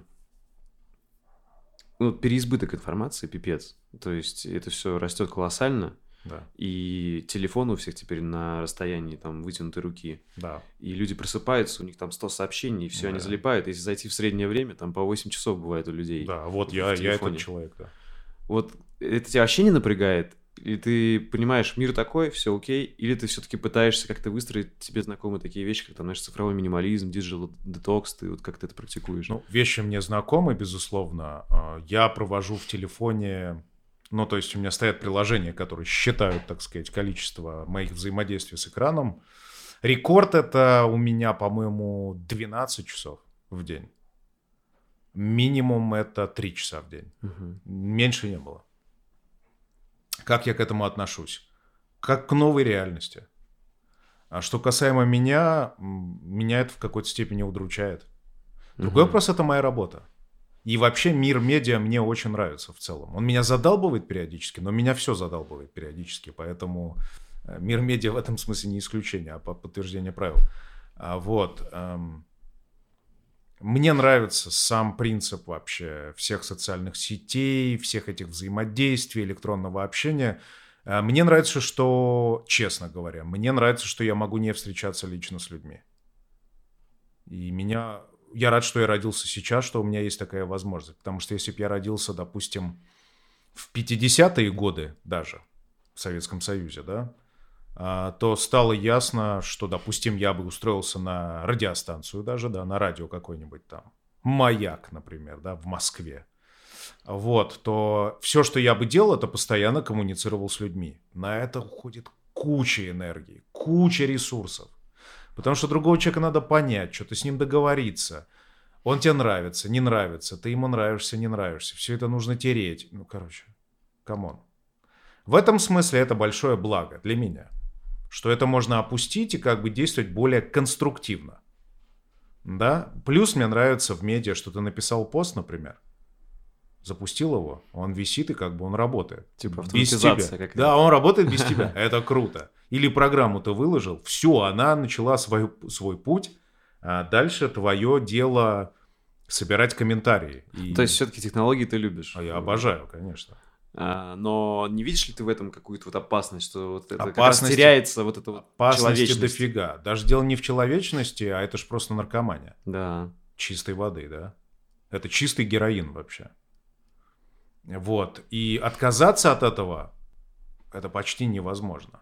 ну, переизбыток информации, пипец. То есть это все растет колоссально, Да, и телефон у всех теперь на расстоянии там вытянутой руки. да. И люди просыпаются, у них там сто сообщений, и все, они Да. залипают. Если зайти в среднее время, там по восемь часов бывает у людей. Да, вот в я, я телефоне. этот человек, да. Вот это тебя вообще не напрягает? Или ты понимаешь, мир такой, все окей? Или ты все-таки пытаешься как-то выстроить тебе знакомые такие вещи, как там, знаешь, цифровой минимализм, диджитал детокс, ты вот как ты это практикуешь? Ну, вещи мне знакомы, безусловно. А, Я провожу в телефоне, ну, то есть у меня стоят приложения, которые считают, так сказать, количество моих взаимодействий с экраном. Рекорд это у меня, по-моему, двенадцать часов в день. Минимум это три часа в день. Мгм. Меньше не было. Как я к этому отношусь? Как к новой реальности. А что касаемо меня, м, меня это в какой-то степени удручает. Другой Мгм. вопрос — это моя работа. И вообще мир медиа мне очень нравится в целом. Он меня задалбывает периодически, но меня все задалбывает периодически. Поэтому э, мир медиа в этом смысле не исключение, а по- подтверждение правил. А вот. эм, Мне нравится сам принцип вообще всех социальных сетей, всех этих взаимодействий, электронного общения. Э, Мне нравится, что, честно говоря, мне нравится, что я могу не встречаться лично с людьми. И меня... Я рад, что я родился сейчас, что у меня есть такая возможность. Потому что если бы я родился, допустим, в пятидесятые годы даже, в Советском Союзе, да, а, то стало ясно, что, допустим, я бы устроился на радиостанцию даже, да, на радио какой-нибудь там, «Маяк», например, да, в Москве. Вот, то все, что я бы делал, это постоянно коммуницировал с людьми. На это уходит куча энергии, куча ресурсов. Потому что другого человека надо понять, что-то с ним договориться. Он тебе нравится, не нравится, ты ему нравишься, не нравишься. Все это нужно тереть. Ну, короче, камон. В этом смысле это большое благо для меня. Что это можно опустить и как бы действовать более конструктивно. Да? Плюс мне нравится в медиа, что ты написал пост, например, запустил его, он висит и как бы он работает. Типа без автоматизация тебя. какая-то. Да, он работает без тебя. Это круто. Или программу ты выложил, все, она начала свой, свой путь, а дальше твое дело собирать комментарии. И... То есть все-таки технологии ты любишь? А я обожаю, конечно. А, но не видишь ли ты в этом какую-то вот опасность, что вот это Опасности, как раз теряется вот эта вот опасности человечность? дофига. Даже дело не в человечности, а это ж просто наркомания. Да. Чистой воды, да. Это чистый героин вообще. Вот. И отказаться от этого, это почти невозможно.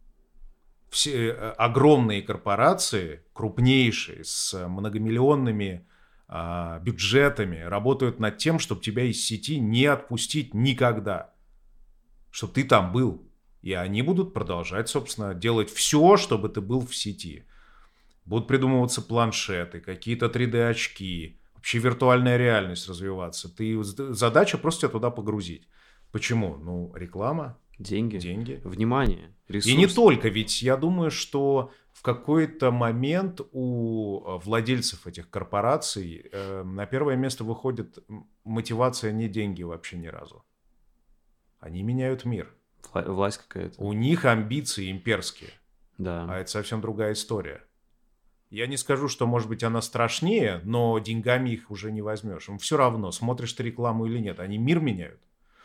Все огромные корпорации, крупнейшие, с многомиллионными а, бюджетами, работают над тем, чтобы тебя из сети не отпустить никогда. Чтобы ты там был. И они будут продолжать, собственно, делать все, чтобы ты был в сети. Будут придумываться планшеты, какие-то три дэ-очки, вообще виртуальная реальность развиваться. Ты, задача просто тебя туда погрузить. Почему? Ну, реклама. Деньги. Деньги. Внимание. Ресурс. И не только, ведь я думаю, что в какой-то момент у владельцев этих корпораций э, на первое место выходит мотивация не деньги вообще ни разу. Они меняют мир. Вла- власть какая-то. У них амбиции имперские. Да. А это совсем другая история. Я не скажу, что, может быть, она страшнее, но деньгами их уже не возьмешь. Им все равно, смотришь ты рекламу или нет. Они мир меняют.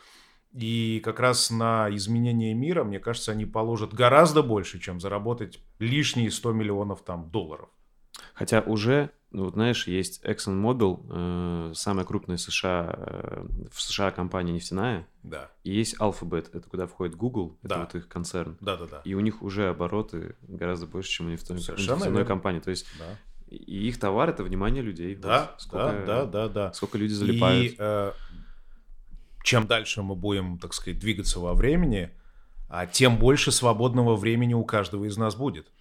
И как раз на изменение мира, мне кажется, они положат гораздо больше, чем заработать лишние сто миллионов там, долларов. Хотя уже, ну, вот знаешь, есть ExxonMobil, э, самая крупная США, э, в США компания нефтяная, Да. и есть Alphabet, это куда входит Google, это Да. вот их концерн. Да-да-да. И у них уже обороты гораздо больше, чем у нефтяной, Совершенно нефтяной верно. компании. То есть Да. и их товар — это внимание людей. Да, Вот сколько, да, да, да, да. Сколько люди залипают. И э, чем дальше мы будем, так сказать, двигаться во времени, а тем больше свободного времени у каждого из нас будет.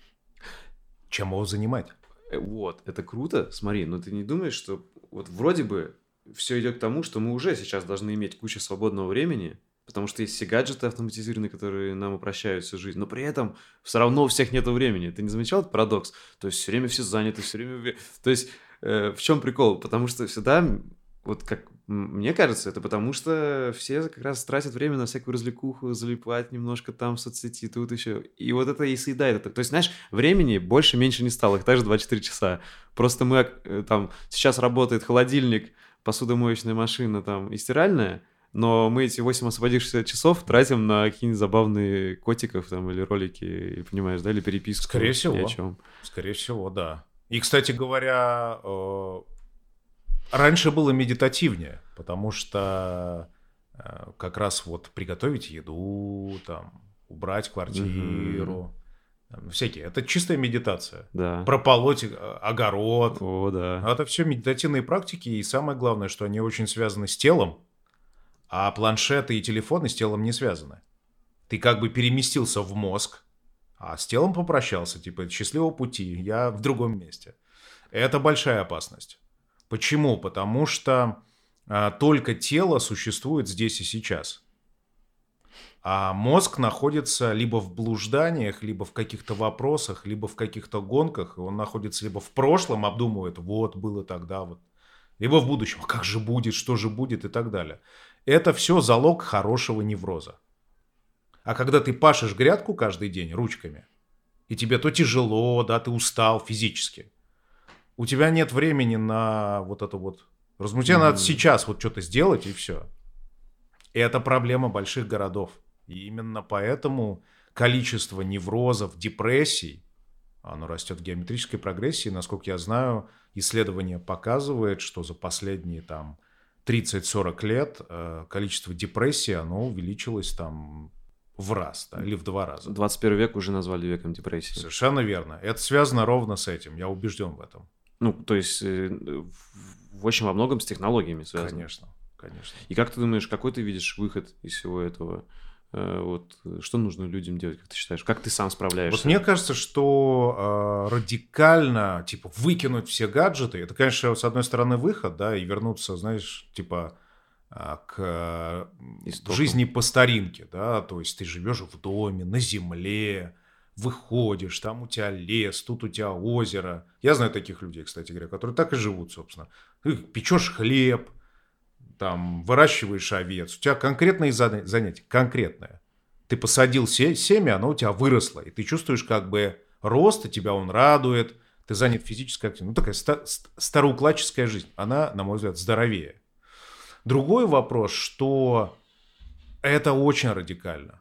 Чем его занимать? Вот, это круто, смотри, но ты не думаешь, что вот вроде бы все идет к тому, что мы уже сейчас должны иметь кучу свободного времени, потому что есть все гаджеты автоматизированные, которые нам упрощают всю жизнь, но при этом все равно у всех нет времени. Ты не замечал этот парадокс? То есть все время все заняты, все время... То есть э, в чем прикол? Потому что всегда, вот как мне кажется, это потому что все как раз тратят время на всякую развлекуху, залипать немножко там в соцсети, тут еще. И вот это и съедает это. То есть, знаешь, времени больше-меньше не стало, их также двадцать четыре часа. Просто мы там... Сейчас работает холодильник, посудомоечная машина там и стиральная, но мы эти восемь освободившихся часов тратим на какие-нибудь забавные котиков там или ролики, понимаешь, да, или переписку. Скорее всего. Ни о чем. Скорее всего, да. И, кстати говоря, э, раньше было медитативнее, потому что э, как раз вот приготовить еду, там, убрать квартиру, там, всякие. Это чистая медитация. Да. Прополоть огород. О, да. Это все медитативные практики, и самое главное, что они очень связаны с телом, а планшеты и телефоны с телом не связаны. Ты как бы переместился в мозг, а с телом попрощался, типа, счастливого пути, я в другом месте. Это большая опасность. Почему? Потому что а, только тело существует здесь и сейчас. А мозг находится либо в блужданиях, либо в каких-то вопросах, либо в каких-то гонках. И он находится либо в прошлом, обдумывает, вот, было тогда, вот. Либо в будущем, а как же будет, что же будет и так далее. Это все залог хорошего невроза. А когда ты пашешь грядку каждый день ручками, и тебе то тяжело, да, ты устал физически, у тебя нет времени на вот это вот... Разумеется, тебе mm-hmm. надо сейчас вот что-то сделать, и все. И это проблема больших городов. И именно поэтому количество неврозов, депрессий, оно растет в геометрической прогрессии. Насколько я знаю, исследование показывает, что за последние там тридцать-сорок лет э, количество депрессий, оно увеличилось там в раз, да, или в два раза. двадцать первый век уже назвали веком депрессии. Совершенно верно. Это связано ровно с этим, я убежден в этом. Ну, то есть э, в очень во многом с технологиями связано. Конечно, конечно. И как ты думаешь, какой ты видишь выход из всего этого? Э, вот что нужно людям делать, как ты считаешь? Как ты сам справляешься? Вот мне кажется, что э, радикально, типа, выкинуть все гаджеты, это, конечно, с одной стороны выход, да, и вернуться, знаешь, типа, э, к Истокам. жизни по старинке, да, то есть ты живешь в доме, на земле, выходишь, там у тебя лес, тут у тебя озеро. Я знаю таких людей, кстати говоря, которые так и живут, собственно. Ты печешь хлеб, там, выращиваешь овец. У тебя конкретные занятия, конкретное. Ты посадил семя, оно у тебя выросло, и ты чувствуешь как бы рост, и тебя он радует, ты занят физической активностью. Ну, такая ста- староукладческая жизнь, она, на мой взгляд, здоровее. Другой вопрос, что это очень радикально.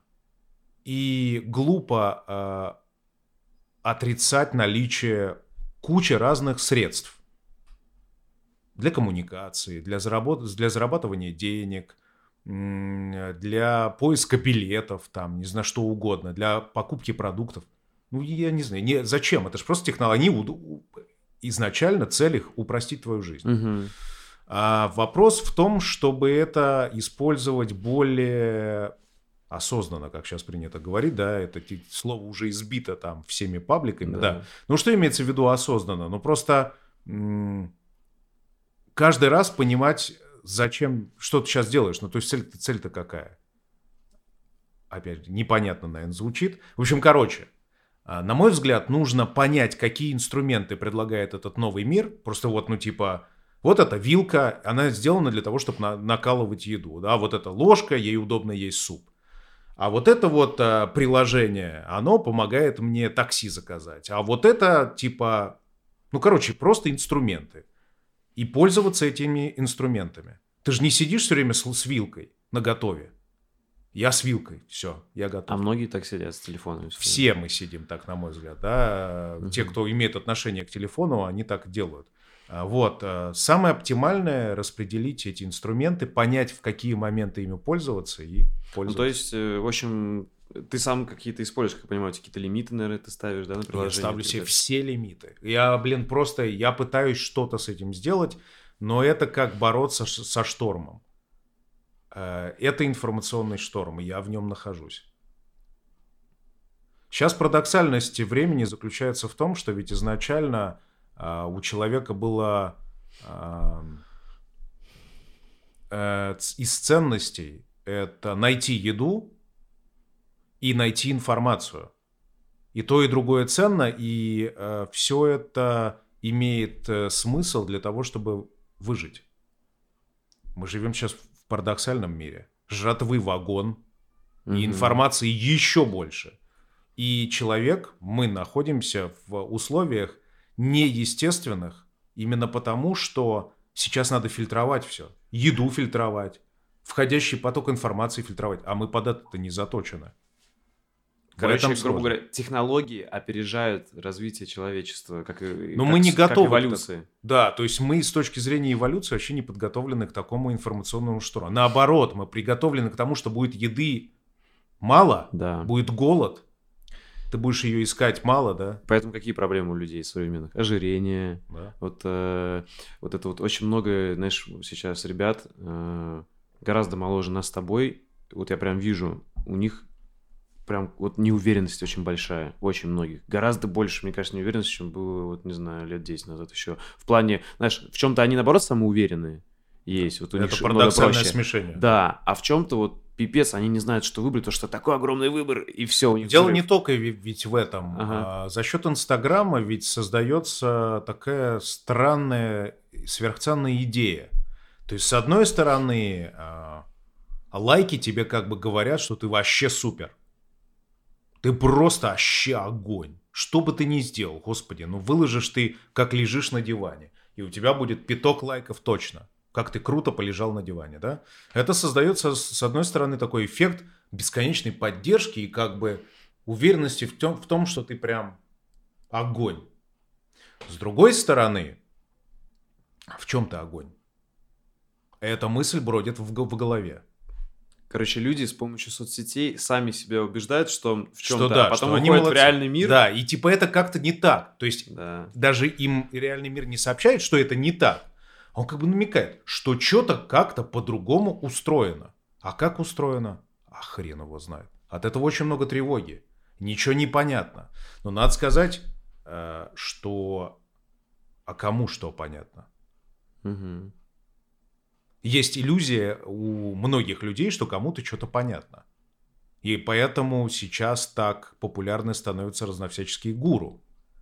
И глупо э, отрицать наличие кучи разных средств для коммуникации, для, заработ... для зарабатывания денег, для поиска билетов, там, не знаю, что угодно, для покупки продуктов. Ну, я не знаю, не, зачем? Это же просто технология. Они изначально цель их упростить твою жизнь. Угу. А вопрос в том, чтобы это использовать более осознанно, как сейчас принято говорить, да, это слово уже избито там всеми пабликами, да. да. Ну, что имеется в виду осознанно? Ну, просто м- каждый раз понимать, зачем, что ты сейчас делаешь. Ну, то есть цель-то, цель-то какая? Опять, непонятно, наверное, звучит. В общем, короче, на мой взгляд, нужно понять, какие инструменты предлагает этот новый мир. Просто вот, ну, типа, вот эта вилка, она сделана для того, чтобы на- накалывать еду, да, вот эта ложка, ей удобно есть суп. А вот это вот а, приложение, оно помогает мне такси заказать. А вот это, типа, ну, короче, просто инструменты. И пользоваться этими инструментами. Ты же не сидишь все время с, с вилкой наготове. Я с вилкой, все, я готов. А многие так сидят с телефонами. Все мы сидим так, на мой взгляд, да. Угу. Те, кто имеет отношение к телефону, они так делают. Вот. Самое оптимальное — распределить эти инструменты, понять, в какие моменты ими пользоваться и пользоваться. Ну, то есть, в общем, ты сам какие-то используешь, как я понимаю, какие-то лимиты, наверное, ты ставишь, да, на приложение? Я ставлю себе все лимиты. Я, блин, просто, я пытаюсь что-то с этим сделать, но это как бороться со штормом. Это информационный шторм, и я в нем нахожусь. Сейчас парадоксальность времени заключается в том, что ведь изначально а, у человека было а, а, из ценностей это найти еду и найти информацию. И то, и другое ценно, и а, все это имеет а, смысл для того, чтобы выжить. Мы живем сейчас в парадоксальном мире. Жратвы вагон, и информации еще больше. И человек, мы находимся в условиях неестественных, именно потому, что сейчас надо фильтровать все. Еду фильтровать, входящий поток информации фильтровать, а мы под это не заточены. Короче, грубо говоря, технологии опережают развитие человечества, как, Но как, мы не как готовы эволюции. К... Да, то есть мы с точки зрения эволюции вообще не подготовлены к такому информационному шторму. Наоборот, мы приготовлены к тому, что будет еды мало, да. будет голод, ты будешь ее искать мало, да? Поэтому какие проблемы у людей современных? Ожирение. Да. Вот, э, вот это вот очень много, знаешь, сейчас ребят э, гораздо моложе нас с тобой. Вот я прям вижу, у них прям вот неуверенность очень большая, очень многих. Гораздо больше, мне кажется, неуверенности, чем было, вот, не знаю, лет десять назад еще. В плане, знаешь, в чем-то они, наоборот, самоуверенные есть. Вот у это них парадоксальное смешение. Да, а в чем-то вот пипец, они не знают, что выбрать, потому что такой огромный выбор, и все, у них Дело взрыв. не только ведь в этом. Ага. А, за счет Инстаграма ведь создается такая странная, сверхценная идея. То есть, с одной стороны, а, лайки тебе как бы говорят, что ты вообще супер. Ты просто вообще огонь. Что бы ты ни сделал, господи, ну выложишь ты, как лежишь на диване, и у тебя будет пяток лайков точно. Как ты круто полежал на диване, да? Это создается, с одной стороны, такой эффект бесконечной поддержки и как бы уверенности в том, в том, что ты прям огонь. С другой стороны, в чем ты огонь? Эта мысль бродит в, в голове. Короче, люди с помощью соцсетей сами себя убеждают, что в чем-то, что, да, а потом что выходят в реальный мир. Да, и типа это как-то не так. То есть да. даже им реальный мир не сообщает, что это не так. Он как бы намекает, что что-то как-то по-другому устроено. А как устроено? А хрен его знает. От этого очень много тревоги. Ничего не понятно. Но надо сказать, что... А кому что понятно? Угу. Есть иллюзия у многих людей, что кому-то что-то понятно. И поэтому сейчас так популярны становятся разновсяческие гуру.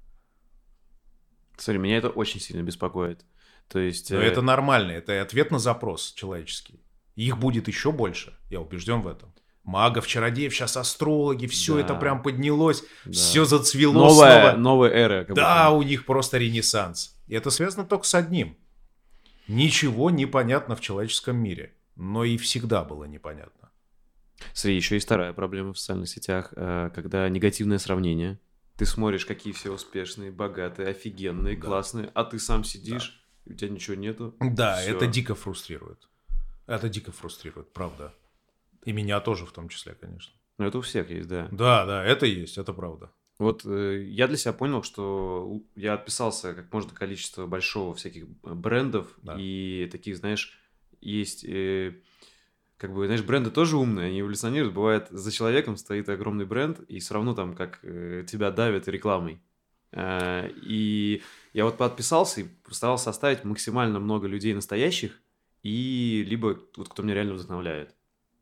Смотри, меня это очень сильно беспокоит. То есть... Но э, это нормально, это ответ на запрос человеческий. Их будет еще больше, я убежден в этом. Магов, чародеев, сейчас астрологи, все Да. это прям поднялось, Да. все зацвело новая, снова. новая эра. Как Да, будто. у них просто ренессанс. И это связано только с одним. Ничего не понятно в человеческом мире, но и всегда было непонятно. Смотри, еще есть вторая проблема в социальных сетях, э, когда негативное сравнение. Ты смотришь, какие все успешные, богатые, офигенные, Да. классные, а ты сам сидишь, и у тебя ничего нету. Да, Всё. это дико фрустрирует. Это дико фрустрирует, правда. И меня тоже в том числе, конечно. Ну, это у всех есть, да. Да, да, это есть, это правда. Вот э, я для себя понял, что у- я отписался как можно количество большого всяких брендов, Да. и таких, знаешь, есть, э, как бы, знаешь, бренды тоже умные, они эволюционируют, бывает, за человеком стоит огромный бренд, и все равно там как э, тебя давят рекламой. Э, и я вот подписался и постарался оставить максимально много людей настоящих, и либо вот кто меня реально вдохновляет.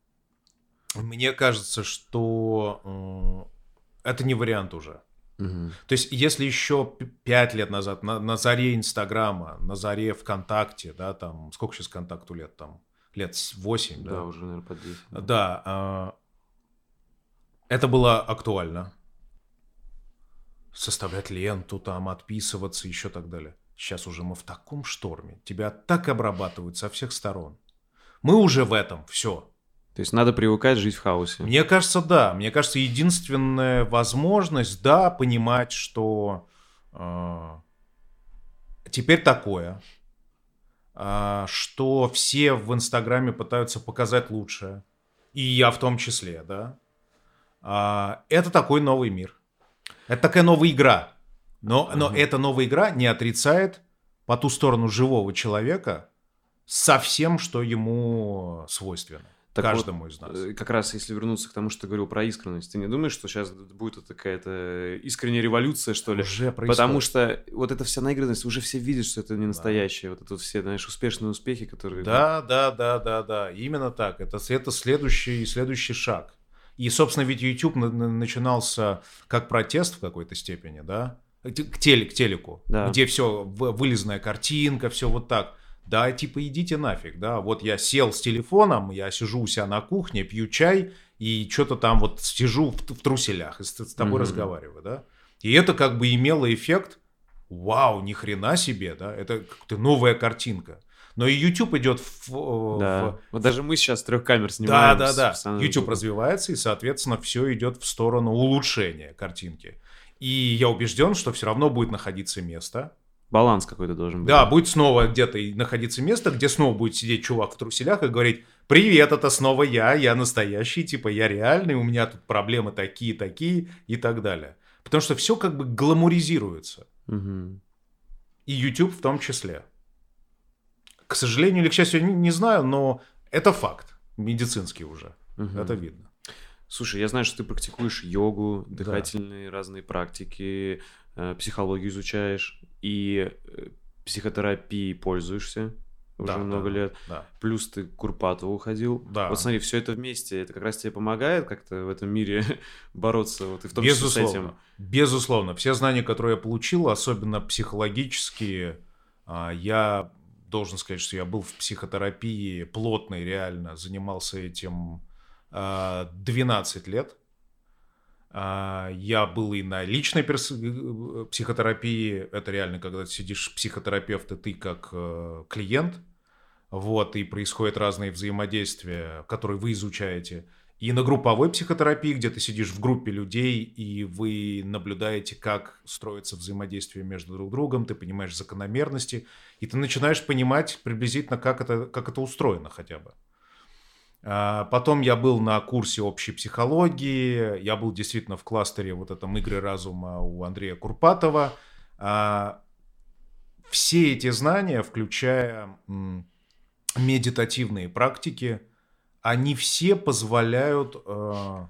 Мне кажется, что э, это не вариант уже. Мгм. То есть, если еще п- пять лет назад, на, на заре Инстаграма, на заре ВКонтакте, да, там, сколько сейчас ВКонтакту лет, там, лет восемь, Да, да? уже, наверное, под десять. да. Да, а, это было актуально. Составлять ленту, там, отписываться, еще так далее. Сейчас уже мы в таком шторме. Тебя так обрабатывают со всех сторон. Мы уже в этом, все. То есть надо привыкать жить в хаосе. Мне кажется, да. Мне кажется, единственная возможность, да, понимать, что э, теперь такое, э, что все в Инстаграме пытаются показать лучшее, и я в том числе, да. А, это такой новый мир. Это такая новая игра. Но, но Ага. эта новая игра не отрицает по ту сторону живого человека со всем, что ему свойственно. Так Каждому вот, из нас. э, Как раз если вернуться к тому, что ты говорил про искренность, ты не думаешь, что сейчас будет вот какая-то искренняя революция, что ли? Уже происходит. Потому что вот эта вся наигранность, уже все видят, что это не настоящее. Вот это вот все, знаешь, успешные успехи, которые... Да, да, да, да, да. Именно так. Это, это следующий, следующий шаг. И, собственно, ведь YouTube на- на- начинался как протест в какой-то степени, да? К, теле, к телеку, Да. где все, вылизанная картинка, все вот так. Да, типа, идите нафиг, да. Вот я сел с телефоном, я сижу у себя на кухне, пью чай, и что-то там вот сижу в, в труселях, и с, с тобой Мгм. разговариваю, да. И это как бы имело эффект, вау, ни хрена себе, да, это как-то новая картинка. Но и YouTube идет в... Да. в- Вот даже мы сейчас с трех камер Да, снимаем. да, с да. профессиональным YouTube звуком. развивается, и, соответственно, все идет в сторону улучшения картинки. И я убежден, что все равно будет находиться место. Баланс какой-то должен быть. Да, будет снова где-то и находиться место, где снова будет сидеть чувак в труселях и говорить: привет, это снова я, я настоящий, типа я реальный, у меня тут проблемы такие-такие и так далее. Потому что все как бы гламуризируется. Мгм. И YouTube в том числе. К сожалению или к счастью, не, не знаю, но это факт. Медицинский уже. Мгм. Это видно. Слушай, я знаю, что ты практикуешь йогу, дыхательные разные практики, э, психологию изучаешь и э, психотерапией пользуешься уже Да, много да, лет. Да. Плюс ты к Курпатову ходил. Да. Вот смотри, все это вместе, это как раз тебе помогает как-то в этом мире бороться, вот и в том числе с Безусловно. этим. Безусловно. Все знания, которые я получил, особенно психологические, а, я должен сказать, что я был в психотерапии плотной, реально, занимался этим а, двенадцать лет. А, Я был и на личной перс- психотерапии. Это реально, когда ты сидишь психотерапевт, и ты как э, клиент. Вот, и происходят разные взаимодействия, которые вы изучаете. И на групповой психотерапии, где ты сидишь в группе людей, и вы наблюдаете, как строится взаимодействие между друг другом, ты понимаешь закономерности, и ты начинаешь понимать приблизительно, как это, как это устроено хотя бы. А Потом я был на курсе общей психологии, я был действительно в кластере вот этом «Игры разума» у Андрея Курпатова. А Все эти знания, включая м, медитативные практики, они все позволяют э,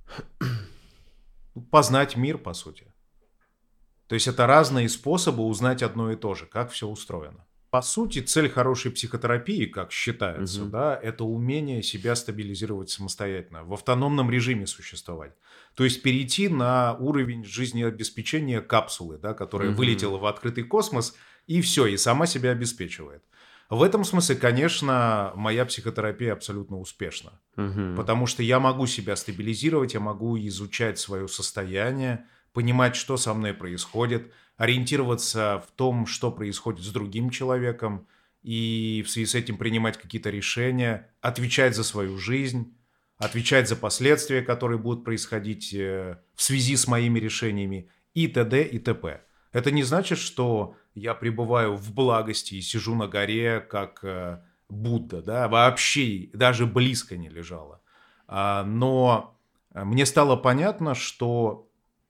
познать мир, по сути. То есть это разные способы узнать одно и то же, как все устроено. По сути, цель хорошей психотерапии, как считается, Мгм. да, это умение себя стабилизировать самостоятельно, в автономном режиме существовать. То есть перейти на уровень жизнеобеспечения капсулы, да, которая Мгм. вылетела в открытый космос, и все, и сама себя обеспечивает. В этом смысле, конечно, моя психотерапия абсолютно успешна. Мгм. Потому что я могу себя стабилизировать, я могу изучать свое состояние, понимать, что со мной происходит, ориентироваться в том, что происходит с другим человеком, и в связи с этим принимать какие-то решения, отвечать за свою жизнь, отвечать за последствия, которые будут происходить э, в связи с моими решениями, и т.д. и т.п. Это не значит, что я пребываю в благости и сижу на горе, как э, Будда, да, вообще даже близко не лежала. А, но э, мне стало понятно, что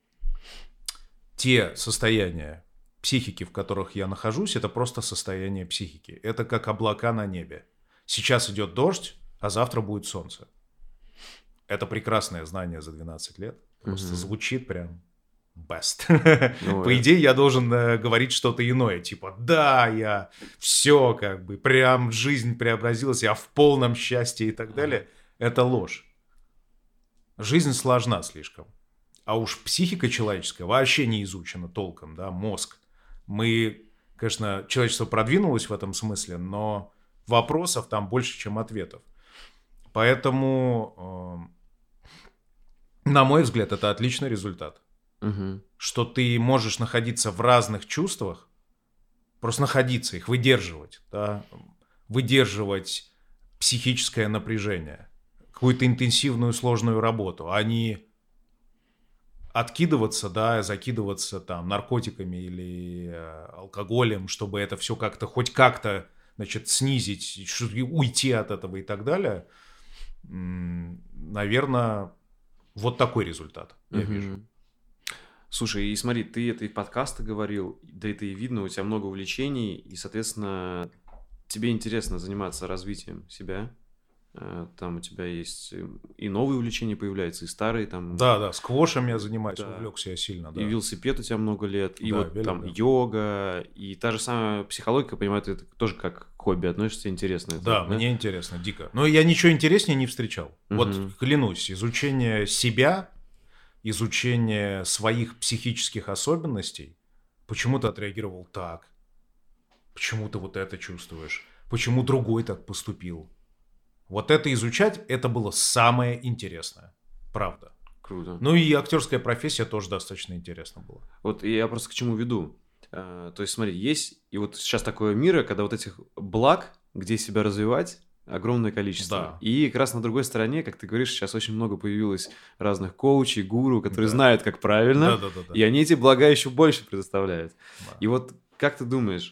те состояния психики, в которых я нахожусь, это просто состояние психики. Это как облака на небе. Сейчас идет дождь, а завтра будет солнце. Это прекрасное знание за двенадцать лет. Просто Мгм. звучит прям best. Ну, По э, идее, я должен э, говорить что-то иное. Типа, да, я все как бы, прям жизнь преобразилась, я в полном счастье и так далее. Это ложь. Жизнь сложна слишком. А уж психика человеческая вообще не изучена толком, да, мозг. Мы, конечно, человечество продвинулось в этом смысле, но вопросов там больше, чем ответов. Поэтому, э, на мой взгляд, это отличный результат. мгм. Что ты можешь находиться в разных чувствах, просто находиться, их выдерживать, да, выдерживать психическое напряжение, какую-то интенсивную сложную работу, а не откидываться, да, закидываться там наркотиками или э, алкоголем, чтобы это все как-то, хоть как-то, значит, снизить, что- уйти от этого и так далее. Наверное, вот такой результат я Мгм. вижу. Слушай, и смотри, ты это и в подкасты говорил, да это и видно, у тебя много увлечений, и, соответственно, тебе интересно заниматься развитием себя. Э, Там у тебя есть э, и новые увлечения появляются, и старые, там, Да, да, сквошем я занимаюсь, Да. увлекся я сильно, да. и велосипед у тебя много лет, и Да, вот велик, там да. йога, и та же самая психология, я понимаю, ты это тоже как к хобби относишься, интересно это, Да, мне интересно, дико. Но я ничего интереснее не встречал. Вот Мгм. клянусь, изучение себя, изучение своих психических особенностей, почему ты отреагировал так, почему ты вот это чувствуешь, почему другой так поступил. Вот это изучать, это было самое интересное. Правда. Круто. Ну и актерская профессия тоже достаточно интересна была. Вот я просто к чему веду. Э, То есть, смотри, есть, и вот сейчас такое мира, когда вот этих благ, где себя развивать, огромное количество. Да. И как раз на другой стороне, как ты говоришь, сейчас очень много появилось разных коучей, гуру, которые Да. знают, как правильно, Да-да-да. и они эти блага еще больше предоставляют. Да. И вот как ты думаешь,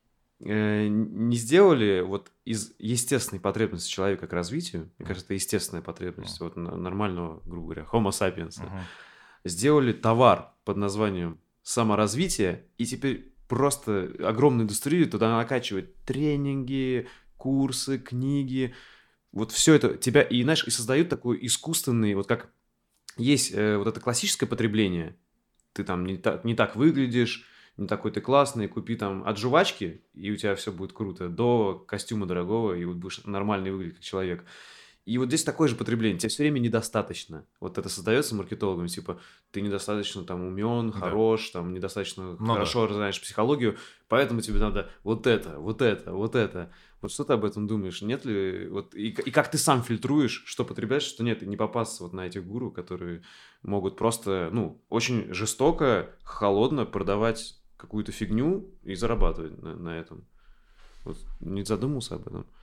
э, не сделали вот из естественной потребности человека к развитию, мне кажется, это естественная потребность вот на- нормального, грубо говоря, homo sapiens, Мгм. сделали товар под названием саморазвитие, и теперь просто огромную индустрию туда накачивают тренинги, курсы, книги, вот все это тебя, и знаешь, и создают такой искусственный, вот как есть э, вот это классическое потребление, ты там не так, не так выглядишь, не такой ты классный, купи там от жвачки, и у тебя все будет круто, до костюма дорогого, и вот будешь нормально выглядеть как человек. И вот здесь такое же потребление. Тебе все время недостаточно. Вот это создается маркетологами, типа, ты недостаточно там умен, Да. хорош, там недостаточно Ну хорошо знаешь психологию, поэтому тебе надо вот это, вот это, вот это. Вот что ты об этом думаешь? Нет ли... Вот, и, и как ты сам фильтруешь, что потребляешь, что нет, и не попасться вот на этих гуру, которые могут просто, ну, очень жестоко, холодно продавать какую-то фигню и зарабатывать на, на этом. Вот не задумался об этом?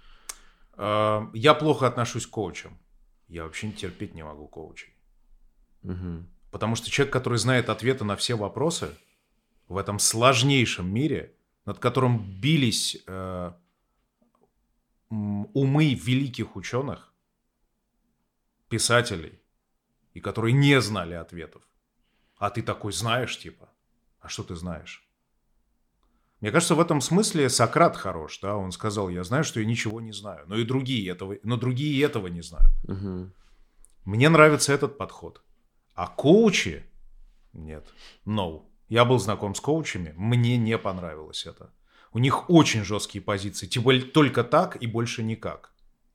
А, Я плохо отношусь к коучам. Я вообще не терпеть не могу коучей. Мгм. Потому что человек, который знает ответы на все вопросы в этом сложнейшем мире, над которым бились э, м, умы великих ученых, писателей, и которые не знали ответов. А ты такой знаешь, типа, а что ты знаешь? Мне кажется, в этом смысле Сократ хорош, да, он сказал, я знаю, что я ничего не знаю, но и другие этого, но другие этого не знают. Мгм. Мне нравится этот подход. А коучи? Нет. No. Я был знаком с коучами, мне не понравилось это. У них очень жесткие позиции, тем более только так и больше никак.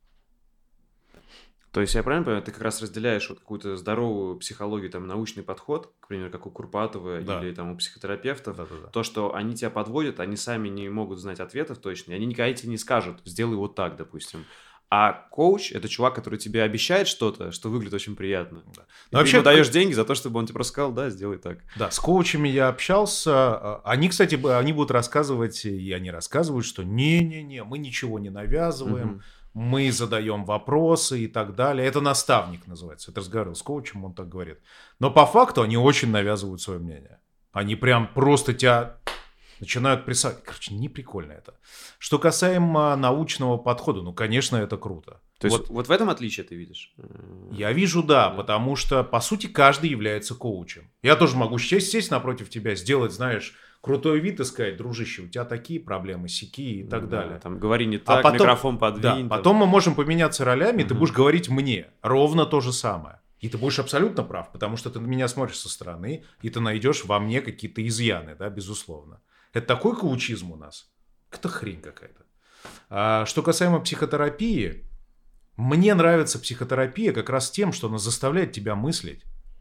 То есть я правильно понимаю, ты как раз разделяешь вот какую-то здоровую психологию, там, научный подход, к примеру, как у Курпатова Да. или там у психотерапевтов, Да-да-да. то, что они тебя подводят, они сами не могут знать ответов точно, и они никогда тебе не скажут, сделай вот так, допустим. А коуч — это чувак, который тебе обещает что-то, что выглядит очень приятно. Да. И Но ты вообще, ему даешь деньги за то, чтобы он тебе просто сказал, да, сделай так. Да, с коучами я общался. Они, кстати, б- они будут рассказывать, и они рассказывают, что не-не-не, мы ничего не навязываем, Мгм. мы задаем вопросы и так далее. Это наставник называется. Это разговаривал с коучем, он так говорит. Но по факту они очень навязывают свое мнение. Они прям просто тебя начинают прессовать. Короче, не прикольно это. Что касаемо научного подхода, ну, конечно, это круто. То есть Вот вот, в этом отличие ты видишь? я вижу, да, Да. потому что, по сути, каждый является коучем. Я тоже могу сесть, сесть напротив тебя, сделать, знаешь, крутой вид и сказать, дружище, у тебя такие проблемы, сякие и так Да, далее. Там, говори не А так, потом- микрофон Да, подвинь. там. потом мы можем поменяться ролями, и ты Мгм. будешь говорить мне ровно то же самое. И ты будешь абсолютно прав, потому что ты на меня смотришь со стороны, и ты найдешь во мне какие-то изъяны, да, безусловно. Это такой коучизм у нас. Это хрень какая-то. А что касаемо психотерапии, мне нравится психотерапия как раз тем, что она заставляет тебя мыслить.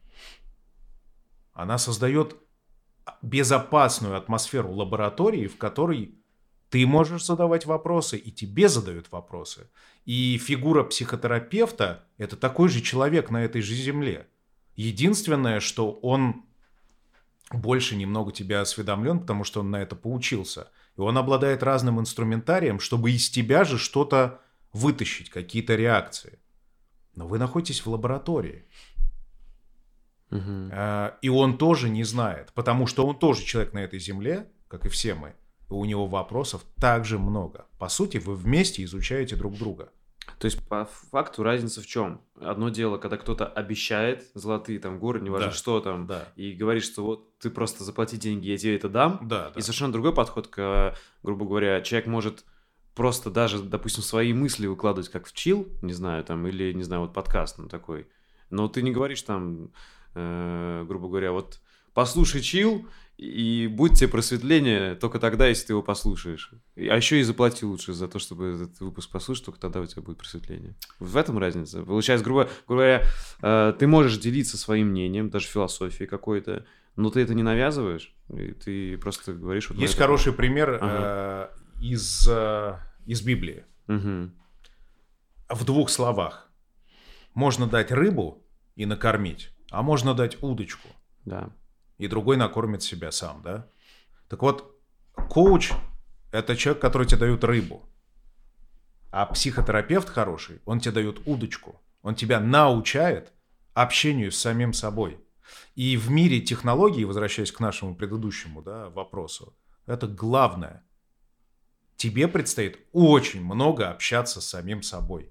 Она создает безопасную атмосферу лаборатории, в которой ты можешь задавать вопросы, и тебе задают вопросы. И фигура психотерапевта – это такой же человек на этой же земле. Единственное, что он больше немного тебя осведомлен, потому что он на это поучился. И он обладает разным инструментарием, чтобы из тебя же что-то вытащить, какие-то реакции. Но вы находитесь в лаборатории. Мгм. А, И он тоже не знает, потому что он тоже человек на этой земле, как и все мы. И у него вопросов также много. По сути, вы вместе изучаете друг друга. То есть, по факту, разница в чем? Одно дело, когда кто-то обещает золотые там горы, неважно Да. что там, Да, и говорит, что вот ты просто заплати деньги, я тебе это дам. да, да. И совершенно другой подход, к, грубо говоря, человек может просто даже, допустим, свои мысли выкладывать как в чил, не знаю, там, или, не знаю, вот подкаст, ну, такой. Но ты не говоришь там, э, грубо говоря, вот послушай чил, и будет тебе просветление только тогда, если ты его послушаешь. И- А еще и заплати лучше за то, чтобы этот выпуск послушать, только тогда у тебя будет просветление. В этом разница. Получается, грубо, грубо говоря, э, ты можешь делиться своим мнением, даже философией какой-то, но ты это не навязываешь, и ты просто говоришь... Вот на Есть это. хороший пример Ага. э, из, э, из Библии. Мгм. В двух словах. Можно дать рыбу и накормить, а можно дать удочку, Да. и другой накормит себя сам, да? Так вот, коуч – это человек, который тебе дает рыбу. А психотерапевт хороший, он тебе дает удочку. Он тебя научает общению с самим собой. И в мире технологий, возвращаясь к нашему предыдущему, да, вопросу, это главное. Тебе предстоит очень много общаться с самим собой.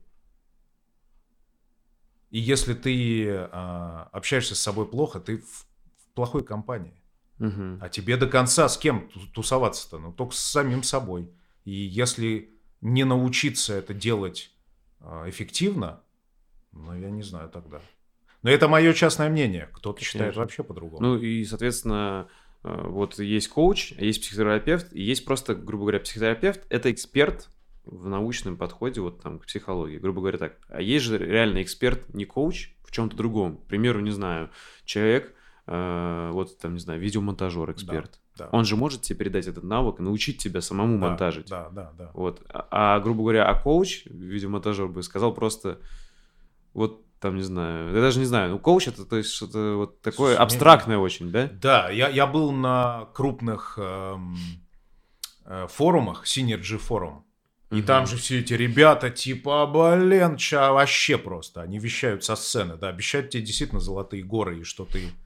И если ты а, общаешься с собой плохо, ты в, в плохой компании. Мгм. А тебе до конца с кем ту- тусоваться-то? Ну, только с самим собой. И если не научиться это делать а, эффективно, ну, я не знаю тогда. Но это мое частное мнение. Кто-то считает Конечно. вообще по-другому. Ну и, соответственно, э, вот есть коуч, есть психотерапевт, и есть просто, грубо говоря, психотерапевт – это эксперт в научном подходе вот там к психологии, грубо говоря так. А есть же реально эксперт, не коуч, в чем-то другом. К примеру, не знаю, человек, э, вот там, не знаю, видеомонтажер, эксперт. Да. Он же может тебе передать этот навык и научить тебя самому Да, монтажить. Да, да, да. Вот. А, а, грубо говоря, а коуч, видеомонтажер бы сказал просто, вот там, не знаю, я даже не знаю, ну, коуч это, то есть, что-то вот такое Слушай, абстрактное очень, да? Да, я, я был на крупных эм, э, форумах, Synergy форум, и Мгм. там же все эти ребята типа, блин, ща вообще просто, они вещают со сцены, да, обещают тебе действительно золотые горы, и что ты...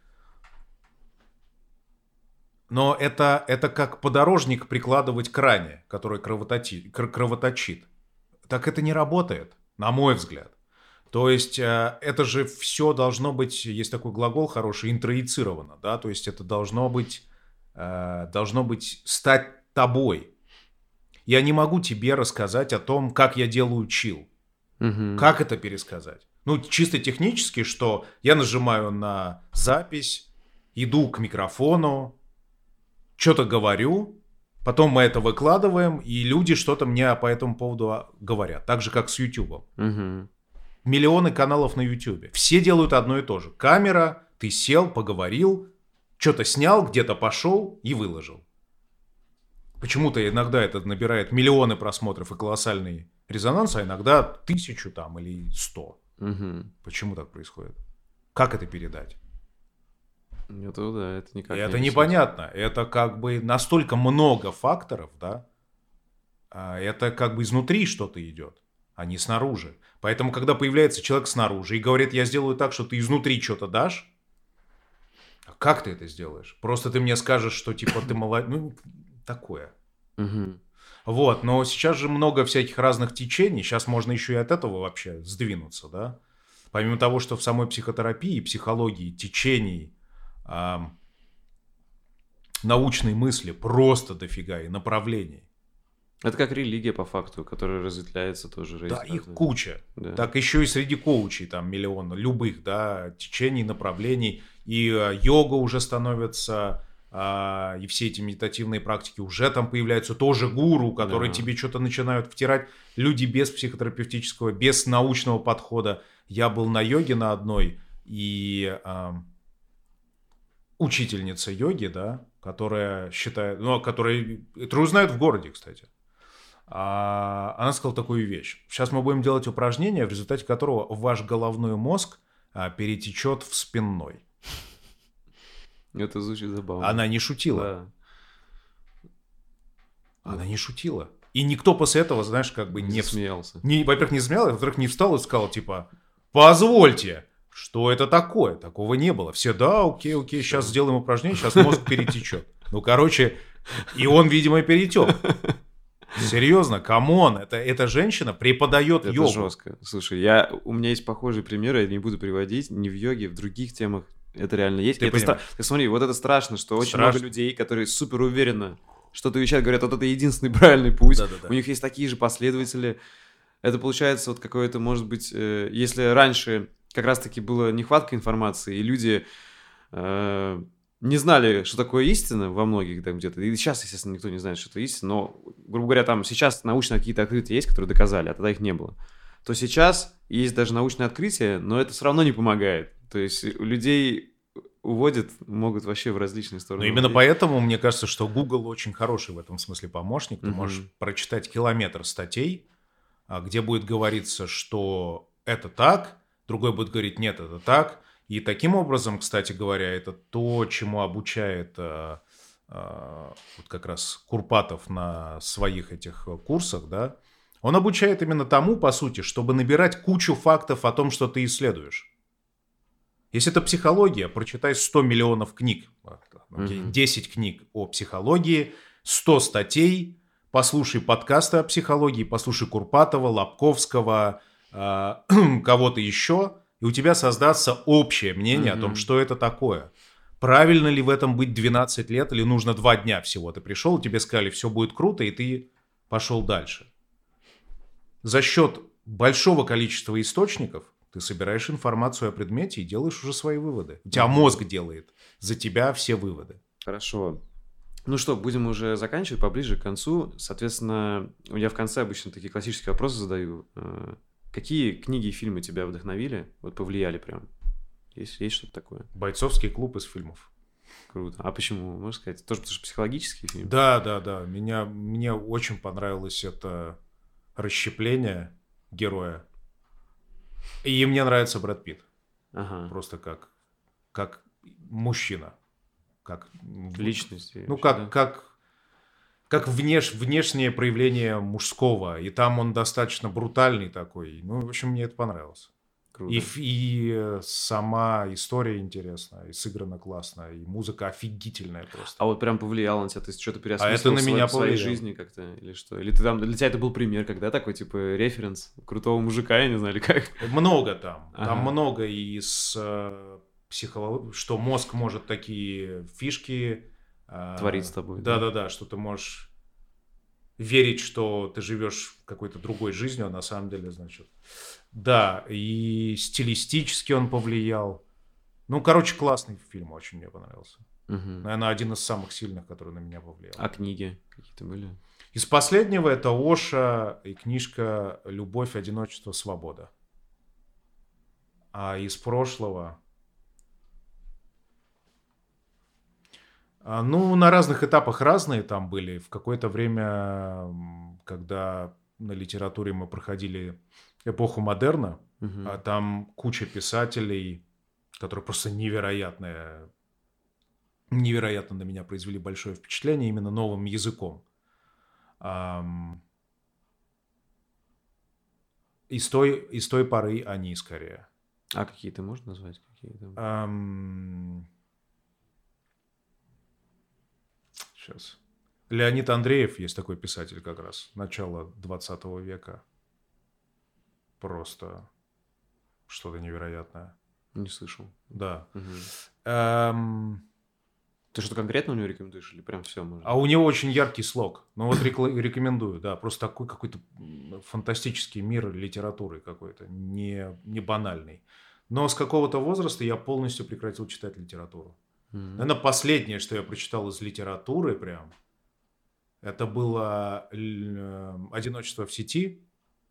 Но это, это как подорожник прикладывать к ране, который кровоточит, кр- кровоточит. Так это не работает, на мой взгляд. То есть э, это же все должно быть, есть такой глагол хороший, интроицировано, да, то есть это должно быть, э, должно быть стать тобой. Я не могу тебе рассказать о том, как я делаю чил. Мгм. Как это пересказать? Ну, чисто технически, что я нажимаю на запись, иду к микрофону, что-то говорю, Потом мы это выкладываем, и люди что-то мне по этому поводу говорят. Так же, как с YouTube. Угу. Миллионы каналов на YouTube. Все делают одно и то же. Камера, ты сел, поговорил, что-то снял, где-то пошел и выложил. Почему-то иногда это набирает миллионы просмотров и колоссальный резонанс, а иногда тысячу там или сто. Угу. Почему так происходит? Как это передать? Это, да, это никак И не это объяснить. непонятно. Это как бы настолько много факторов, да? А это как бы изнутри что-то идет, а не снаружи. Поэтому, когда появляется человек снаружи и говорит, я сделаю так, что ты изнутри что-то дашь, а как ты это сделаешь? Просто ты мне скажешь, что типа ты молодец. Ну, такое. Угу. Вот, но сейчас же много всяких разных течений. Сейчас можно еще и от этого вообще сдвинуться, да? Помимо того, что в самой психотерапии, психологии, течений, эм, научной мысли просто дофига и направлений. Это как религия, по факту, которая разветвляется тоже. Да, их разные. куча. Да. Так еще и среди коучей там миллион, любых, да, течений, направлений. И э, йога уже становится, э, и все эти медитативные практики уже там появляются. Тоже гуру, которые Да. тебе что-то начинают втирать. Люди без психотерапевтического, без научного подхода. Я был на йоге на одной, и э, учительница йоги, да, которая считает, ну, которая, это узнают в городе, кстати. А она сказала такую вещь. Сейчас мы будем делать упражнение, в результате которого ваш головной мозг а, перетечет в спинной. Это звучит забавно. Она не шутила. Да. Она не шутила. И никто после этого, знаешь, как бы не... смеялся. Не, во-первых, не смеялся, во-вторых, не встал и сказал, типа, позвольте, что это такое? Такого не было. Все, да, окей, окей, сейчас Всё. сделаем упражнение, сейчас мозг перетечет. Ну, короче, и он, видимо, перетек. Серьезно, камон, это, эта женщина преподает Это йогу. жестко. Слушай, я, у меня есть похожие примеры, я не буду приводить, не в йоге, в других темах. Это реально есть. Ты Это понимаешь. стра- Ты смотри, вот это страшно, что очень Страшно. много людей, которые супер уверенно что-то вещают, говорят, вот это единственный правильный путь. Да-да-да. У них есть такие же последователи. Это получается вот какое-то, может быть, э, если раньше как раз-таки была нехватка информации, и люди э, не знали, что такое истина во многих там где-то. И сейчас, естественно, никто не знает, что это истина, но, грубо говоря, там сейчас научно какие-то открытия есть, которые доказали, а тогда их не было. То сейчас есть даже научные открытия, но это все равно не помогает. То есть людей уводят, могут вообще в различные стороны. Но именно уводить. поэтому мне кажется, что Google очень хороший в этом смысле помощник. Ты Мгм. можешь прочитать километр статей, а, где будет говориться, что это так, другой будет говорить, нет, это так. И таким образом, кстати говоря, это то, чему обучает а, а, вот как раз Курпатов на своих этих курсах, да. Он обучает именно тому, по сути, чтобы набирать кучу фактов о том, что ты исследуешь. Если это психология, прочитай сто миллионов книг, Мгм. десять книг о психологии, сто статей, послушай подкасты о психологии, послушай Курпатова, Лобковского, э, кого-то еще, и у тебя создастся общее мнение Мгм. о том, что это такое. Правильно ли в этом быть двенадцать лет, или нужно два дня всего? Ты пришел, тебе сказали, все будет круто, и ты пошел дальше. За счет большого количества источников ты собираешь информацию о предмете и делаешь уже свои выводы. У тебя Мгм. мозг делает за тебя все выводы. Хорошо. Ну что, будем уже заканчивать поближе к концу. Соответственно, я в конце обычно такие классические вопросы задаю. Э, Какие книги и фильмы тебя вдохновили, вот повлияли прям? Есть, есть что-то такое? Бойцовский клуб из фильмов. Круто. А почему, можешь сказать? Тоже потому что психологический фильм? Да, да, да. Меня, мне очень понравилось это расщепление героя. И мне нравится Брэд Питт. Ага. Просто как, как мужчина. Как, Личности. ну, вообще, как, да? как, как внеш, внешнее проявление мужского. И там он достаточно брутальный такой. Ну, в общем, мне это понравилось. Круто. И, ф- и сама история интересная, и сыграна классно, и музыка офигительная просто. А вот прям повлияло на тебя? Ты что-то переосмыслил это на в меня своей, в своей повлияло. жизни как-то? Или что? Или ты там, для тебя это был пример, когда такой, типа, референс крутого мужика, я не знаю, или как? Много там. Там Ага. много из э, психолог... что мозг может такие фишки... э, Творить с тобой, да. Да-да-да, что ты можешь верить, что ты живешь какой-то другой жизнью, а на самом деле, значит... Да, и стилистически он повлиял. Ну, короче, классный фильм, очень мне понравился. Угу. Наверное, один из самых сильных, который на меня повлиял. А книги какие-то были? Из последнего это Оша и книжка «Любовь, одиночество, свобода». А из прошлого... Ну, на разных этапах разные там были. В какое-то время, когда на литературе мы проходили эпоху модерна, Угу. там куча писателей, которые просто невероятные, невероятно на меня произвели большое впечатление именно новым языком. И с той, и с той поры они скорее. А какие ты можешь назвать? Какие там? Ам... Сейчас. Леонид Андреев есть такой писатель как раз. Начало двадцатого века. Просто что-то невероятное. Не слышал. Да. Угу. Ам... Ты что-то конкретно у него рекомендуешь или прям все можно? А у него очень яркий слог. Ну вот рекла- рекомендую, да. Просто такой какой-то фантастический мир литературы какой-то. Не, не банальный. Но с какого-то возраста я полностью прекратил читать литературу. Mm-hmm. Наверное, последнее, что я прочитал из литературы прям, это было «Одиночество в сети».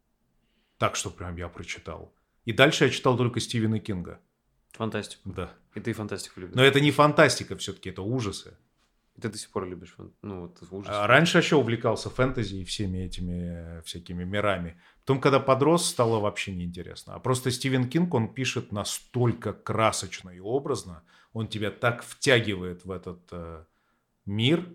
Так что прям я прочитал. И дальше я читал только Стивена Кинга. Фантастику. Да. И ты фантастику любишь. Но это не фантастика все-таки, это ужасы. И ты до сих пор любишь фан... ну, вот, ужасы. А раньше еще увлекался фэнтези и всеми этими всякими мирами. Потом, когда подрос, стало вообще неинтересно. А просто Стивен Кинг, он пишет настолько красочно и образно, он тебя так втягивает в этот э, мир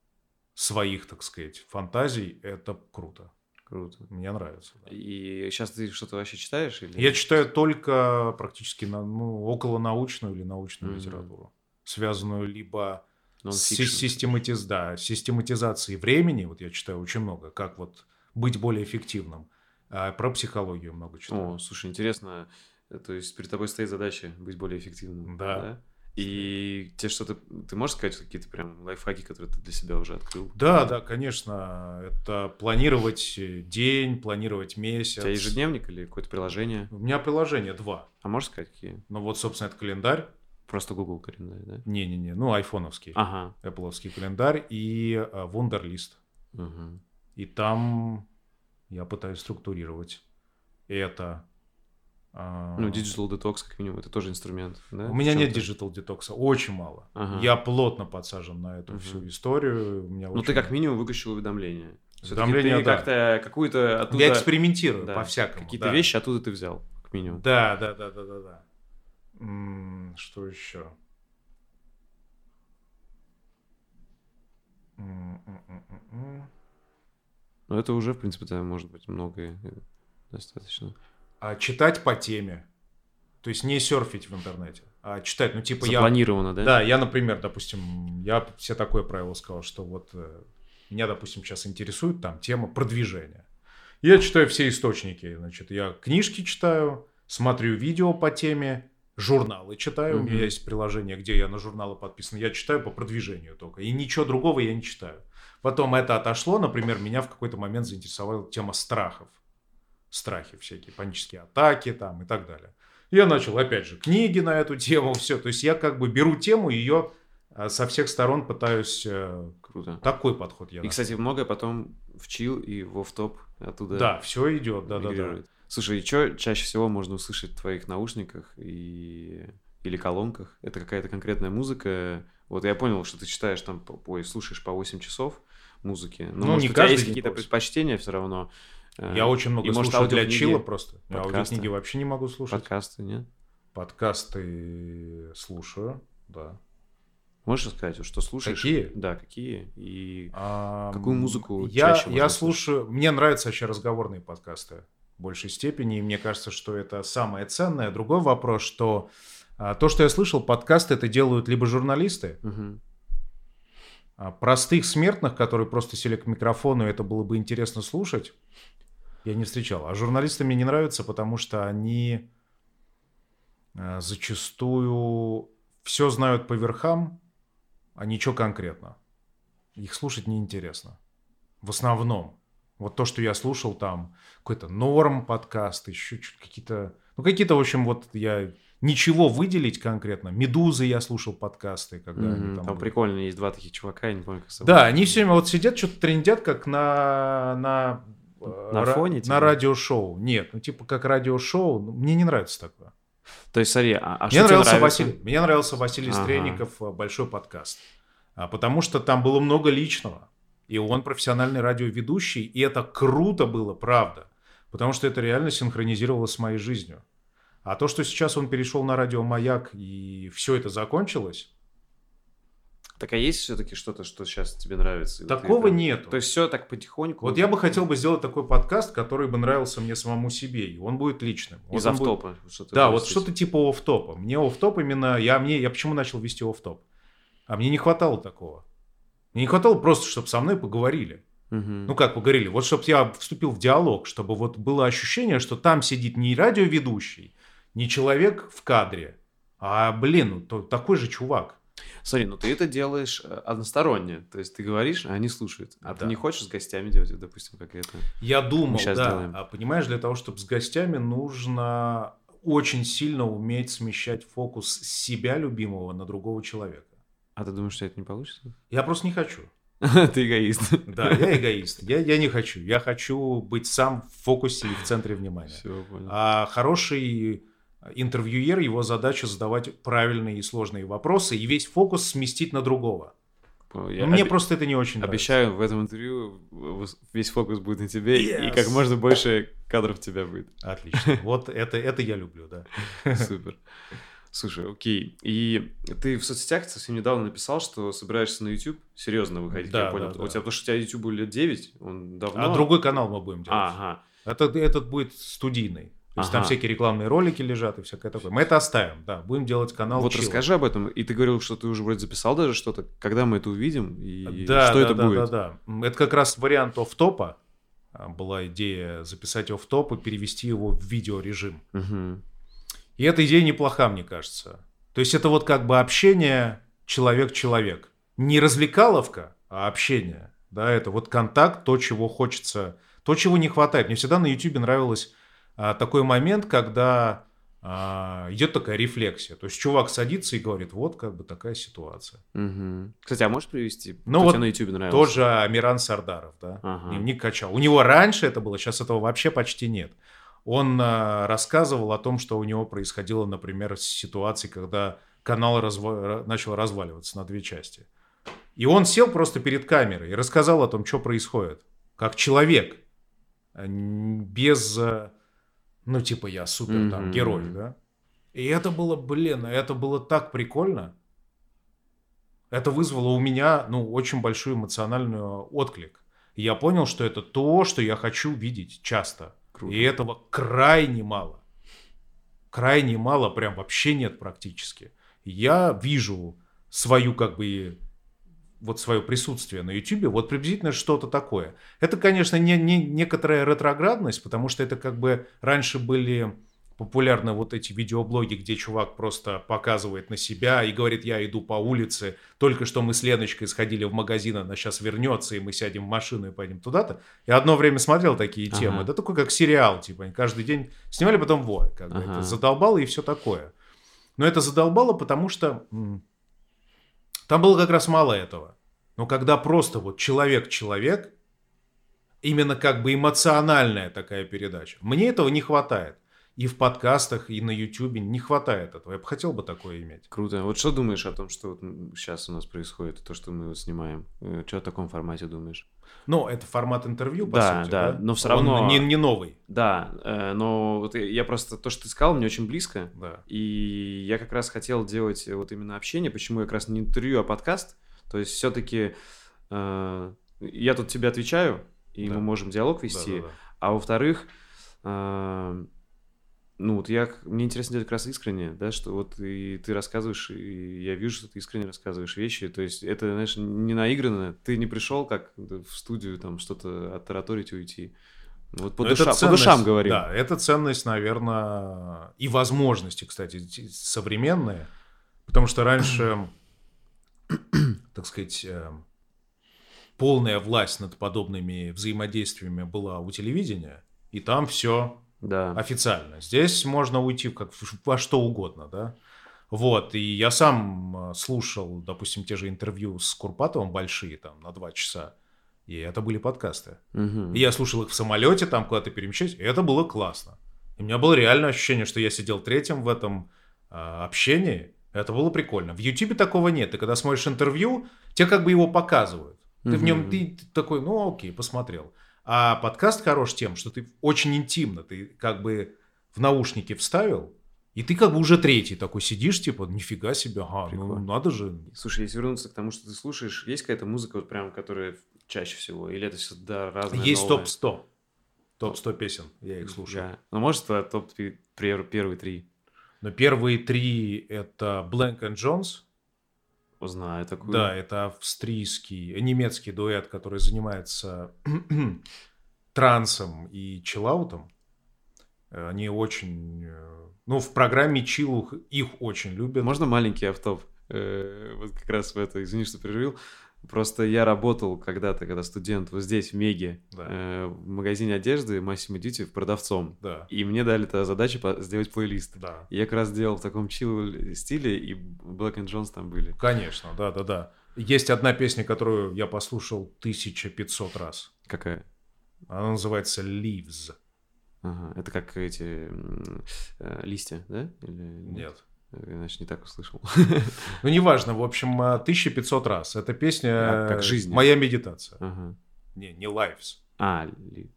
своих, так сказать, фантазий. Это круто. Круто. Мне нравится. Да. И сейчас ты что-то вообще читаешь? Или... Я читаю только практически на, ну, околонаучную или научную mm-hmm. литературу, связанную либо с систематиз... да, систематизацией времени. Вот я читаю очень много, как вот быть более эффективным. А про психологию много читаю. О, слушай, интересно. То есть перед тобой стоит задача быть более эффективным. Да. да? И тебе что-то... Ты можешь сказать какие-то прям лайфхаки, которые ты для себя уже открыл? Да, да, конечно. Это планировать день, планировать месяц. У тебя ежедневник или какое-то приложение? У меня приложение два. А можешь сказать, какие? Ну вот, собственно, это календарь. Просто Google календарь, да? Не-не-не, ну айфоновский. Ага. Apple'овский календарь и Wunderlist. Угу. И там я пытаюсь структурировать это... Ну, Digital Detox, как минимум, это тоже инструмент, да? У меня нет Digital Detox, очень мало. Ага. Я плотно подсажен на эту угу. всю историю. У меня ну, ты как минимум выключил уведомления. Уведомления, ты да. как-то какую-то оттуда... Я экспериментирую да. по-всякому. Какие-то да. вещи оттуда ты взял, как минимум. Да, да, да, да, да, да. М-м, что еще? М-м-м-м-м. Ну, это уже, в принципе, да, может быть, многое достаточно. А читать по теме. То есть не серфить в интернете, а читать. Ну, типа я... Запланировано, да? Да, я, например, допустим, я все такое правило сказал, что вот э, меня, допустим, сейчас интересует там тема продвижения. Я читаю все источники. Значит, я книжки читаю, смотрю видео по теме, журналы читаю. Mm-hmm. У меня есть приложение, где я на журналы подписан. Я читаю по продвижению только. И ничего другого я не читаю. Потом это отошло. Например, меня в какой-то момент заинтересовала тема страхов. Страхи всякие, панические атаки там и так далее. Я начал, опять же, книги на эту тему, все. То есть я как бы беру тему, ее со всех сторон пытаюсь... Круто. Такой подход я И, кстати, многое потом в чил и в офф-топ оттуда... Да, все идет, да-да-да. Слушай, и что чаще всего можно услышать в твоих наушниках и... или колонках? Это какая-то конкретная музыка? Вот я понял, что ты читаешь там, ой, слушаешь по восемь часов музыки. Но, ну, может, не у тебя каждый есть какие-то предпочтения все равно? Я очень много и, может, слушаю для чила просто. Я аудиокниги вообще не могу слушать. Подкасты, нет? Подкасты слушаю, да. Можешь сказать, что слушаешь? Какие? Да, какие. И а, какую музыку я, чаще Я слушаю... Слушать? Мне нравятся вообще разговорные подкасты в большей степени. И мне кажется, что это самое ценное. Другой вопрос, что а, то, что я слышал, подкасты это делают либо журналисты, угу. а, простых смертных, которые просто сели к микрофону, и это было бы интересно слушать, я не встречал. А журналисты мне не нравятся, потому что они а, зачастую все знают по верхам, а ничего конкретно. Их слушать неинтересно. В основном. Вот то, что я слушал там, какой-то Норм подкаст, еще что-то какие-то... Ну, какие-то, в общем, вот я ничего выделить конкретно. «Медузы» я слушал подкасты, когда Mm-hmm. они там... Там прикольно, есть два таких чувака, я не помню, как зовут. Да, они все время вот сидят, что-то трендят, как на... на На ра- фоне? На Типа? радиошоу. Нет, ну типа как радиошоу. Ну, мне не нравится такое. То есть, смотри, а, а Мне что тебе нравился нравится? Василий, мне нравился Василий Ага. Стрельников, большой подкаст. А, потому что там было много личного. И он профессиональный радиоведущий. И это круто было, правда. Потому что это реально синхронизировалось с моей жизнью. А то, что сейчас он перешел на радио «Маяк» и все это закончилось... Так, а есть все-таки что-то, что сейчас тебе нравится? И вот Такого ты прям- нету. То есть все так потихоньку? Вот я бы хотел бы сделать такой подкаст, который бы нравился мне самому себе. И он будет личным. Вот Из он будет- автопа? Что-то Да, будет вот здесь. что-то типа офф-топа. Мне офф-топ именно... Я, мне, я почему начал вести офф-топ? А мне не хватало такого. Мне не хватало просто, чтобы со мной поговорили. Мгм. Ну, как поговорили? Вот чтобы я вступил в диалог, чтобы вот было ощущение, что там сидит не радиоведущий, не человек в кадре, а, блин, ну, то- такой же чувак. Смотри, ну ты это делаешь э, односторонне. То есть ты говоришь, а они слушают. А ты Да. не хочешь с гостями делать, допустим, как это? Я думал, щас да. делаем. А понимаешь, для того, чтобы с гостями, нужно очень сильно уметь смещать фокус с себя любимого на другого человека. А ты думаешь, что это не получится? Я просто не хочу. Ты эгоист. Да, я эгоист. Я, я не хочу. Я хочу быть сам в фокусе и в центре внимания. Все, понял. А хороший интервьюер, его задача задавать правильные и сложные вопросы и весь фокус сместить на другого. Понял. Но Я Мне обе- просто это не очень нравится. Обещаю, в этом интервью в- весь фокус будет на тебе, и Yes. как можно больше кадров тебя будет. Отлично. Вот это, это я люблю, да. Супер. Слушай, окей. И ты в соцсетях совсем недавно написал, что собираешься на YouTube серьезно выходить, Да, я понял. да, да. У тебя, потому что у тебя YouTube лет девять, он давно... А другой канал мы будем делать. Ага. Это, этот будет студийный. То есть там Ага. всякие рекламные ролики лежат и всякое такое. Мы это оставим, да. Будем делать канал Вот Chill. расскажи об этом. И ты говорил, что ты уже вроде записал даже что-то. Когда мы это увидим? И Да, что да, это да, будет? да, да. Это как раз вариант офф-топа. А, Была идея записать офф-топ и перевести его в видеорежим. Мгм. И эта идея неплоха, мне кажется. То есть это вот как бы общение человек-человек. Не развлекаловка, а общение. Да, это вот контакт, то, чего хочется, то, чего не хватает. Мне всегда на YouTube нравилось а, такой момент, когда а, идет такая рефлексия. То есть чувак садится и говорит, вот как бы такая ситуация. Мгм. Кстати, а можешь привести? Ну Кто вот тебе на YouTube нравился? Тоже Амиран Сардаров, да, Ага. дневник качал. У него раньше это было, сейчас этого вообще почти нет. Он а, рассказывал о том, что у него происходило, например, с ситуацией, когда канал разва- начал разваливаться на две части. И он сел просто перед камерой и рассказал о том, что происходит. Как человек. а н- Без, а, ну, типа, я супер там Мгм. герой, да. И это было, блин, это было так прикольно. Это вызвало у меня, ну, очень большой эмоциональный отклик. И я понял, что это то, что я хочу видеть часто. Круто. И этого крайне мало. Крайне мало, прям вообще нет практически. Я вижу свою, как бы, вот свое присутствие на YouTube, вот приблизительно что-то такое. Это, конечно, не, не некоторая ретроградность, потому что это как бы раньше были популярны вот эти видеоблоги, где чувак просто показывает на себя и говорит, я иду по улице, только что мы с Леночкой сходили в магазин, она сейчас вернется, и мы сядем в машину и поедем туда-то. Я одно время смотрел такие Ага. темы. Это такой как сериал, типа, они каждый день снимали, потом вот, как бы Ага. это задолбало и все такое. Но это задолбало, потому что м, там было как раз мало этого. Но когда просто вот человек-человек, именно как бы эмоциональная такая передача, мне этого не хватает. И в подкастах, и на Ютубе не хватает этого. Я бы хотел бы такое иметь. Круто. Вот что думаешь о том, что вот сейчас у нас происходит, то, что мы вот снимаем? Э, Что о таком формате думаешь? Ну, это формат интервью, по Да, сути, да, да? но всё Он равно- не, не новый. Да, э, но вот я- я просто... То, что ты сказал, мне очень близко. Да. И я как раз хотел делать вот именно общение. Почему я как раз не интервью, а подкаст? То есть все-таки я тут тебе отвечаю, и Да. мы можем диалог Да, вести. да, да. А во-вторых, э, ну вот я, мне интересно делать как раз искренне, да, что вот и ты рассказываешь, и я вижу, что ты искренне рассказываешь вещи, то есть это, знаешь, не наигранно, ты не пришел как в студию там что-то оттараторить и уйти. Вот по, Но душа- это по ценность, душам говорим. Да, это ценность, наверное, и возможности, кстати, те- современные. Потому что раньше, так сказать, э, полная власть над подобными взаимодействиями была у телевидения. И там все Да. Официально. Здесь можно уйти как во что угодно, да. Вот, и я сам слушал, допустим, те же интервью с Курпатовым большие, там, на два часа, и это были подкасты. Угу. И я слушал их в самолете, там, куда-то перемещаясь, и это было классно. И у меня было реальное ощущение, что я сидел третьим в этом а, общении, это было прикольно. В Ютубе такого нет, ты когда смотришь интервью, тебе как бы его показывают. Ты угу. в нем, ты, ты такой, ну окей, посмотрел. А подкаст хорош тем, что ты очень интимно, ты как бы в наушники вставил, и ты как бы уже третий такой сидишь, типа, нифига себе, ага, Прикольно. Ну надо же. Слушай, если вернуться к тому, что ты слушаешь, есть какая-то музыка, вот прям, которая чаще всего, или это всегда разная, Есть новая? топ сто. топ сто песен, я их слушаю. Да. Ну, может, это топ первые три? Но первые три — это Blank and Jones. Знаю такую. Да, это австрийский, немецкий дуэт, который занимается трансом и чиллаутом. Они очень... Ну, в программе чиллу их очень любят. Можно маленький автоп? Э, вот как раз в это, извини, что перерывил. Просто я работал когда-то, когда студент, вот здесь, в Меге, да. э, в магазине одежды Massimo Dutti продавцом. Да. И мне дали тогда задачу сделать плейлист. Да. И я как раз делал в таком чиллу стиле, и Black and Jones там были. Конечно, да-да-да. Есть одна песня, которую я послушал тысяча пятьсот раз. Какая? Она называется «Leaves». Ага. Это как эти э, листья, да? Или... Нет. Иначе не так услышал. Ну, неважно, в общем, тысяча пятьсот раз. Эта песня а, как жизнь. Моя медитация. Ага. Не, не Lives. А, ли...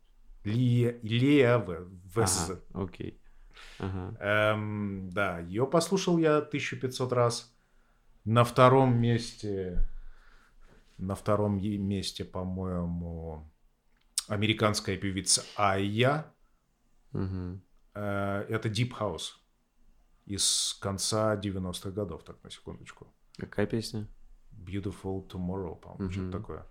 Леаве. Ага, окей. Ага. Эм, да, ее послушал я тысяча пятьсот раз. На втором месте, на втором месте, по-моему, американская певица Айя. Угу. Э, это Deep House. Из конца девяностых годов, так, на секундочку. Какая песня? Beautiful Tomorrow, по-моему, угу. что-то такое.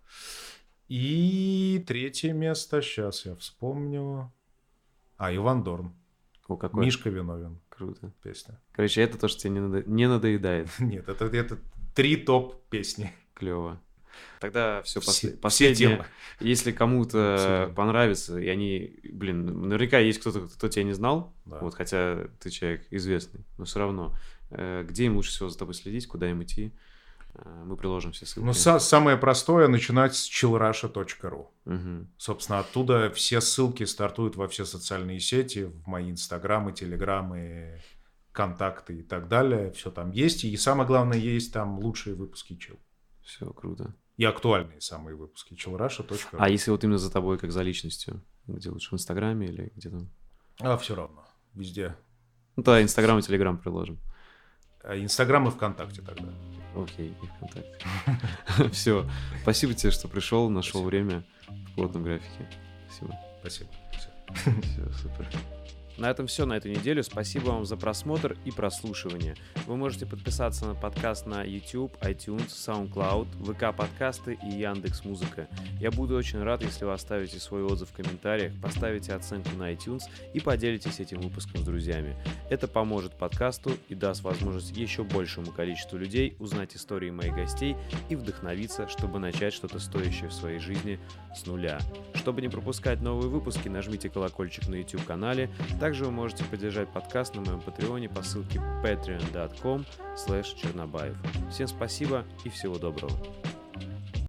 И третье место, сейчас я вспомню. А, Иван Дорн. О, какой? Мишка виновен. Круто. Песня. Короче, это то, что тебе не, надо... не надоедает. Нет, это, это три топ-песни. Клево. Тогда все, все пос... последнее. Все если кому-то понравится, и они, блин, наверняка есть кто-то, кто тебя не знал, да. вот, хотя ты человек известный, но все равно, где им лучше всего за тобой следить, куда им идти, мы приложим все ссылки. Ну, са- самое простое — начинать с чилл раша точка ру. Угу. Собственно, оттуда все ссылки стартуют во все социальные сети, в мои инстаграмы, телеграммы, контакты и так далее. Все там есть. И самое главное, есть там лучшие выпуски чилл. Все, круто. И актуальные самые выпуски. чилл раша точка ру. А если вот именно за тобой, как за личностью? Где лучше, в Инстаграме или где там? А, все равно. Везде. Ну, тогда Инстаграм и Телеграм приложим. Инстаграм и ВКонтакте тогда. Окей, и ВКонтакте. Все. Спасибо тебе, что пришел, нашел время в плотном графике. Спасибо. Спасибо. Все, супер. На этом все на эту неделю. Спасибо вам за просмотр и прослушивание. Вы можете подписаться на подкаст на YouTube, iTunes, SoundCloud, ВК подкасты и Яндекс.Музыка. Я буду очень рад, если вы оставите свой отзыв в комментариях, поставите оценку на iTunes и поделитесь этим выпуском с друзьями. Это поможет подкасту и даст возможность еще большему количеству людей узнать истории моих гостей и вдохновиться, чтобы начать что-то стоящее в своей жизни с нуля. Чтобы не пропускать новые выпуски, нажмите колокольчик на YouTube-канале. Также вы можете поддержать подкаст на моем патреоне по ссылке patreon точка com слэш чернобаев. Всем спасибо и всего доброго.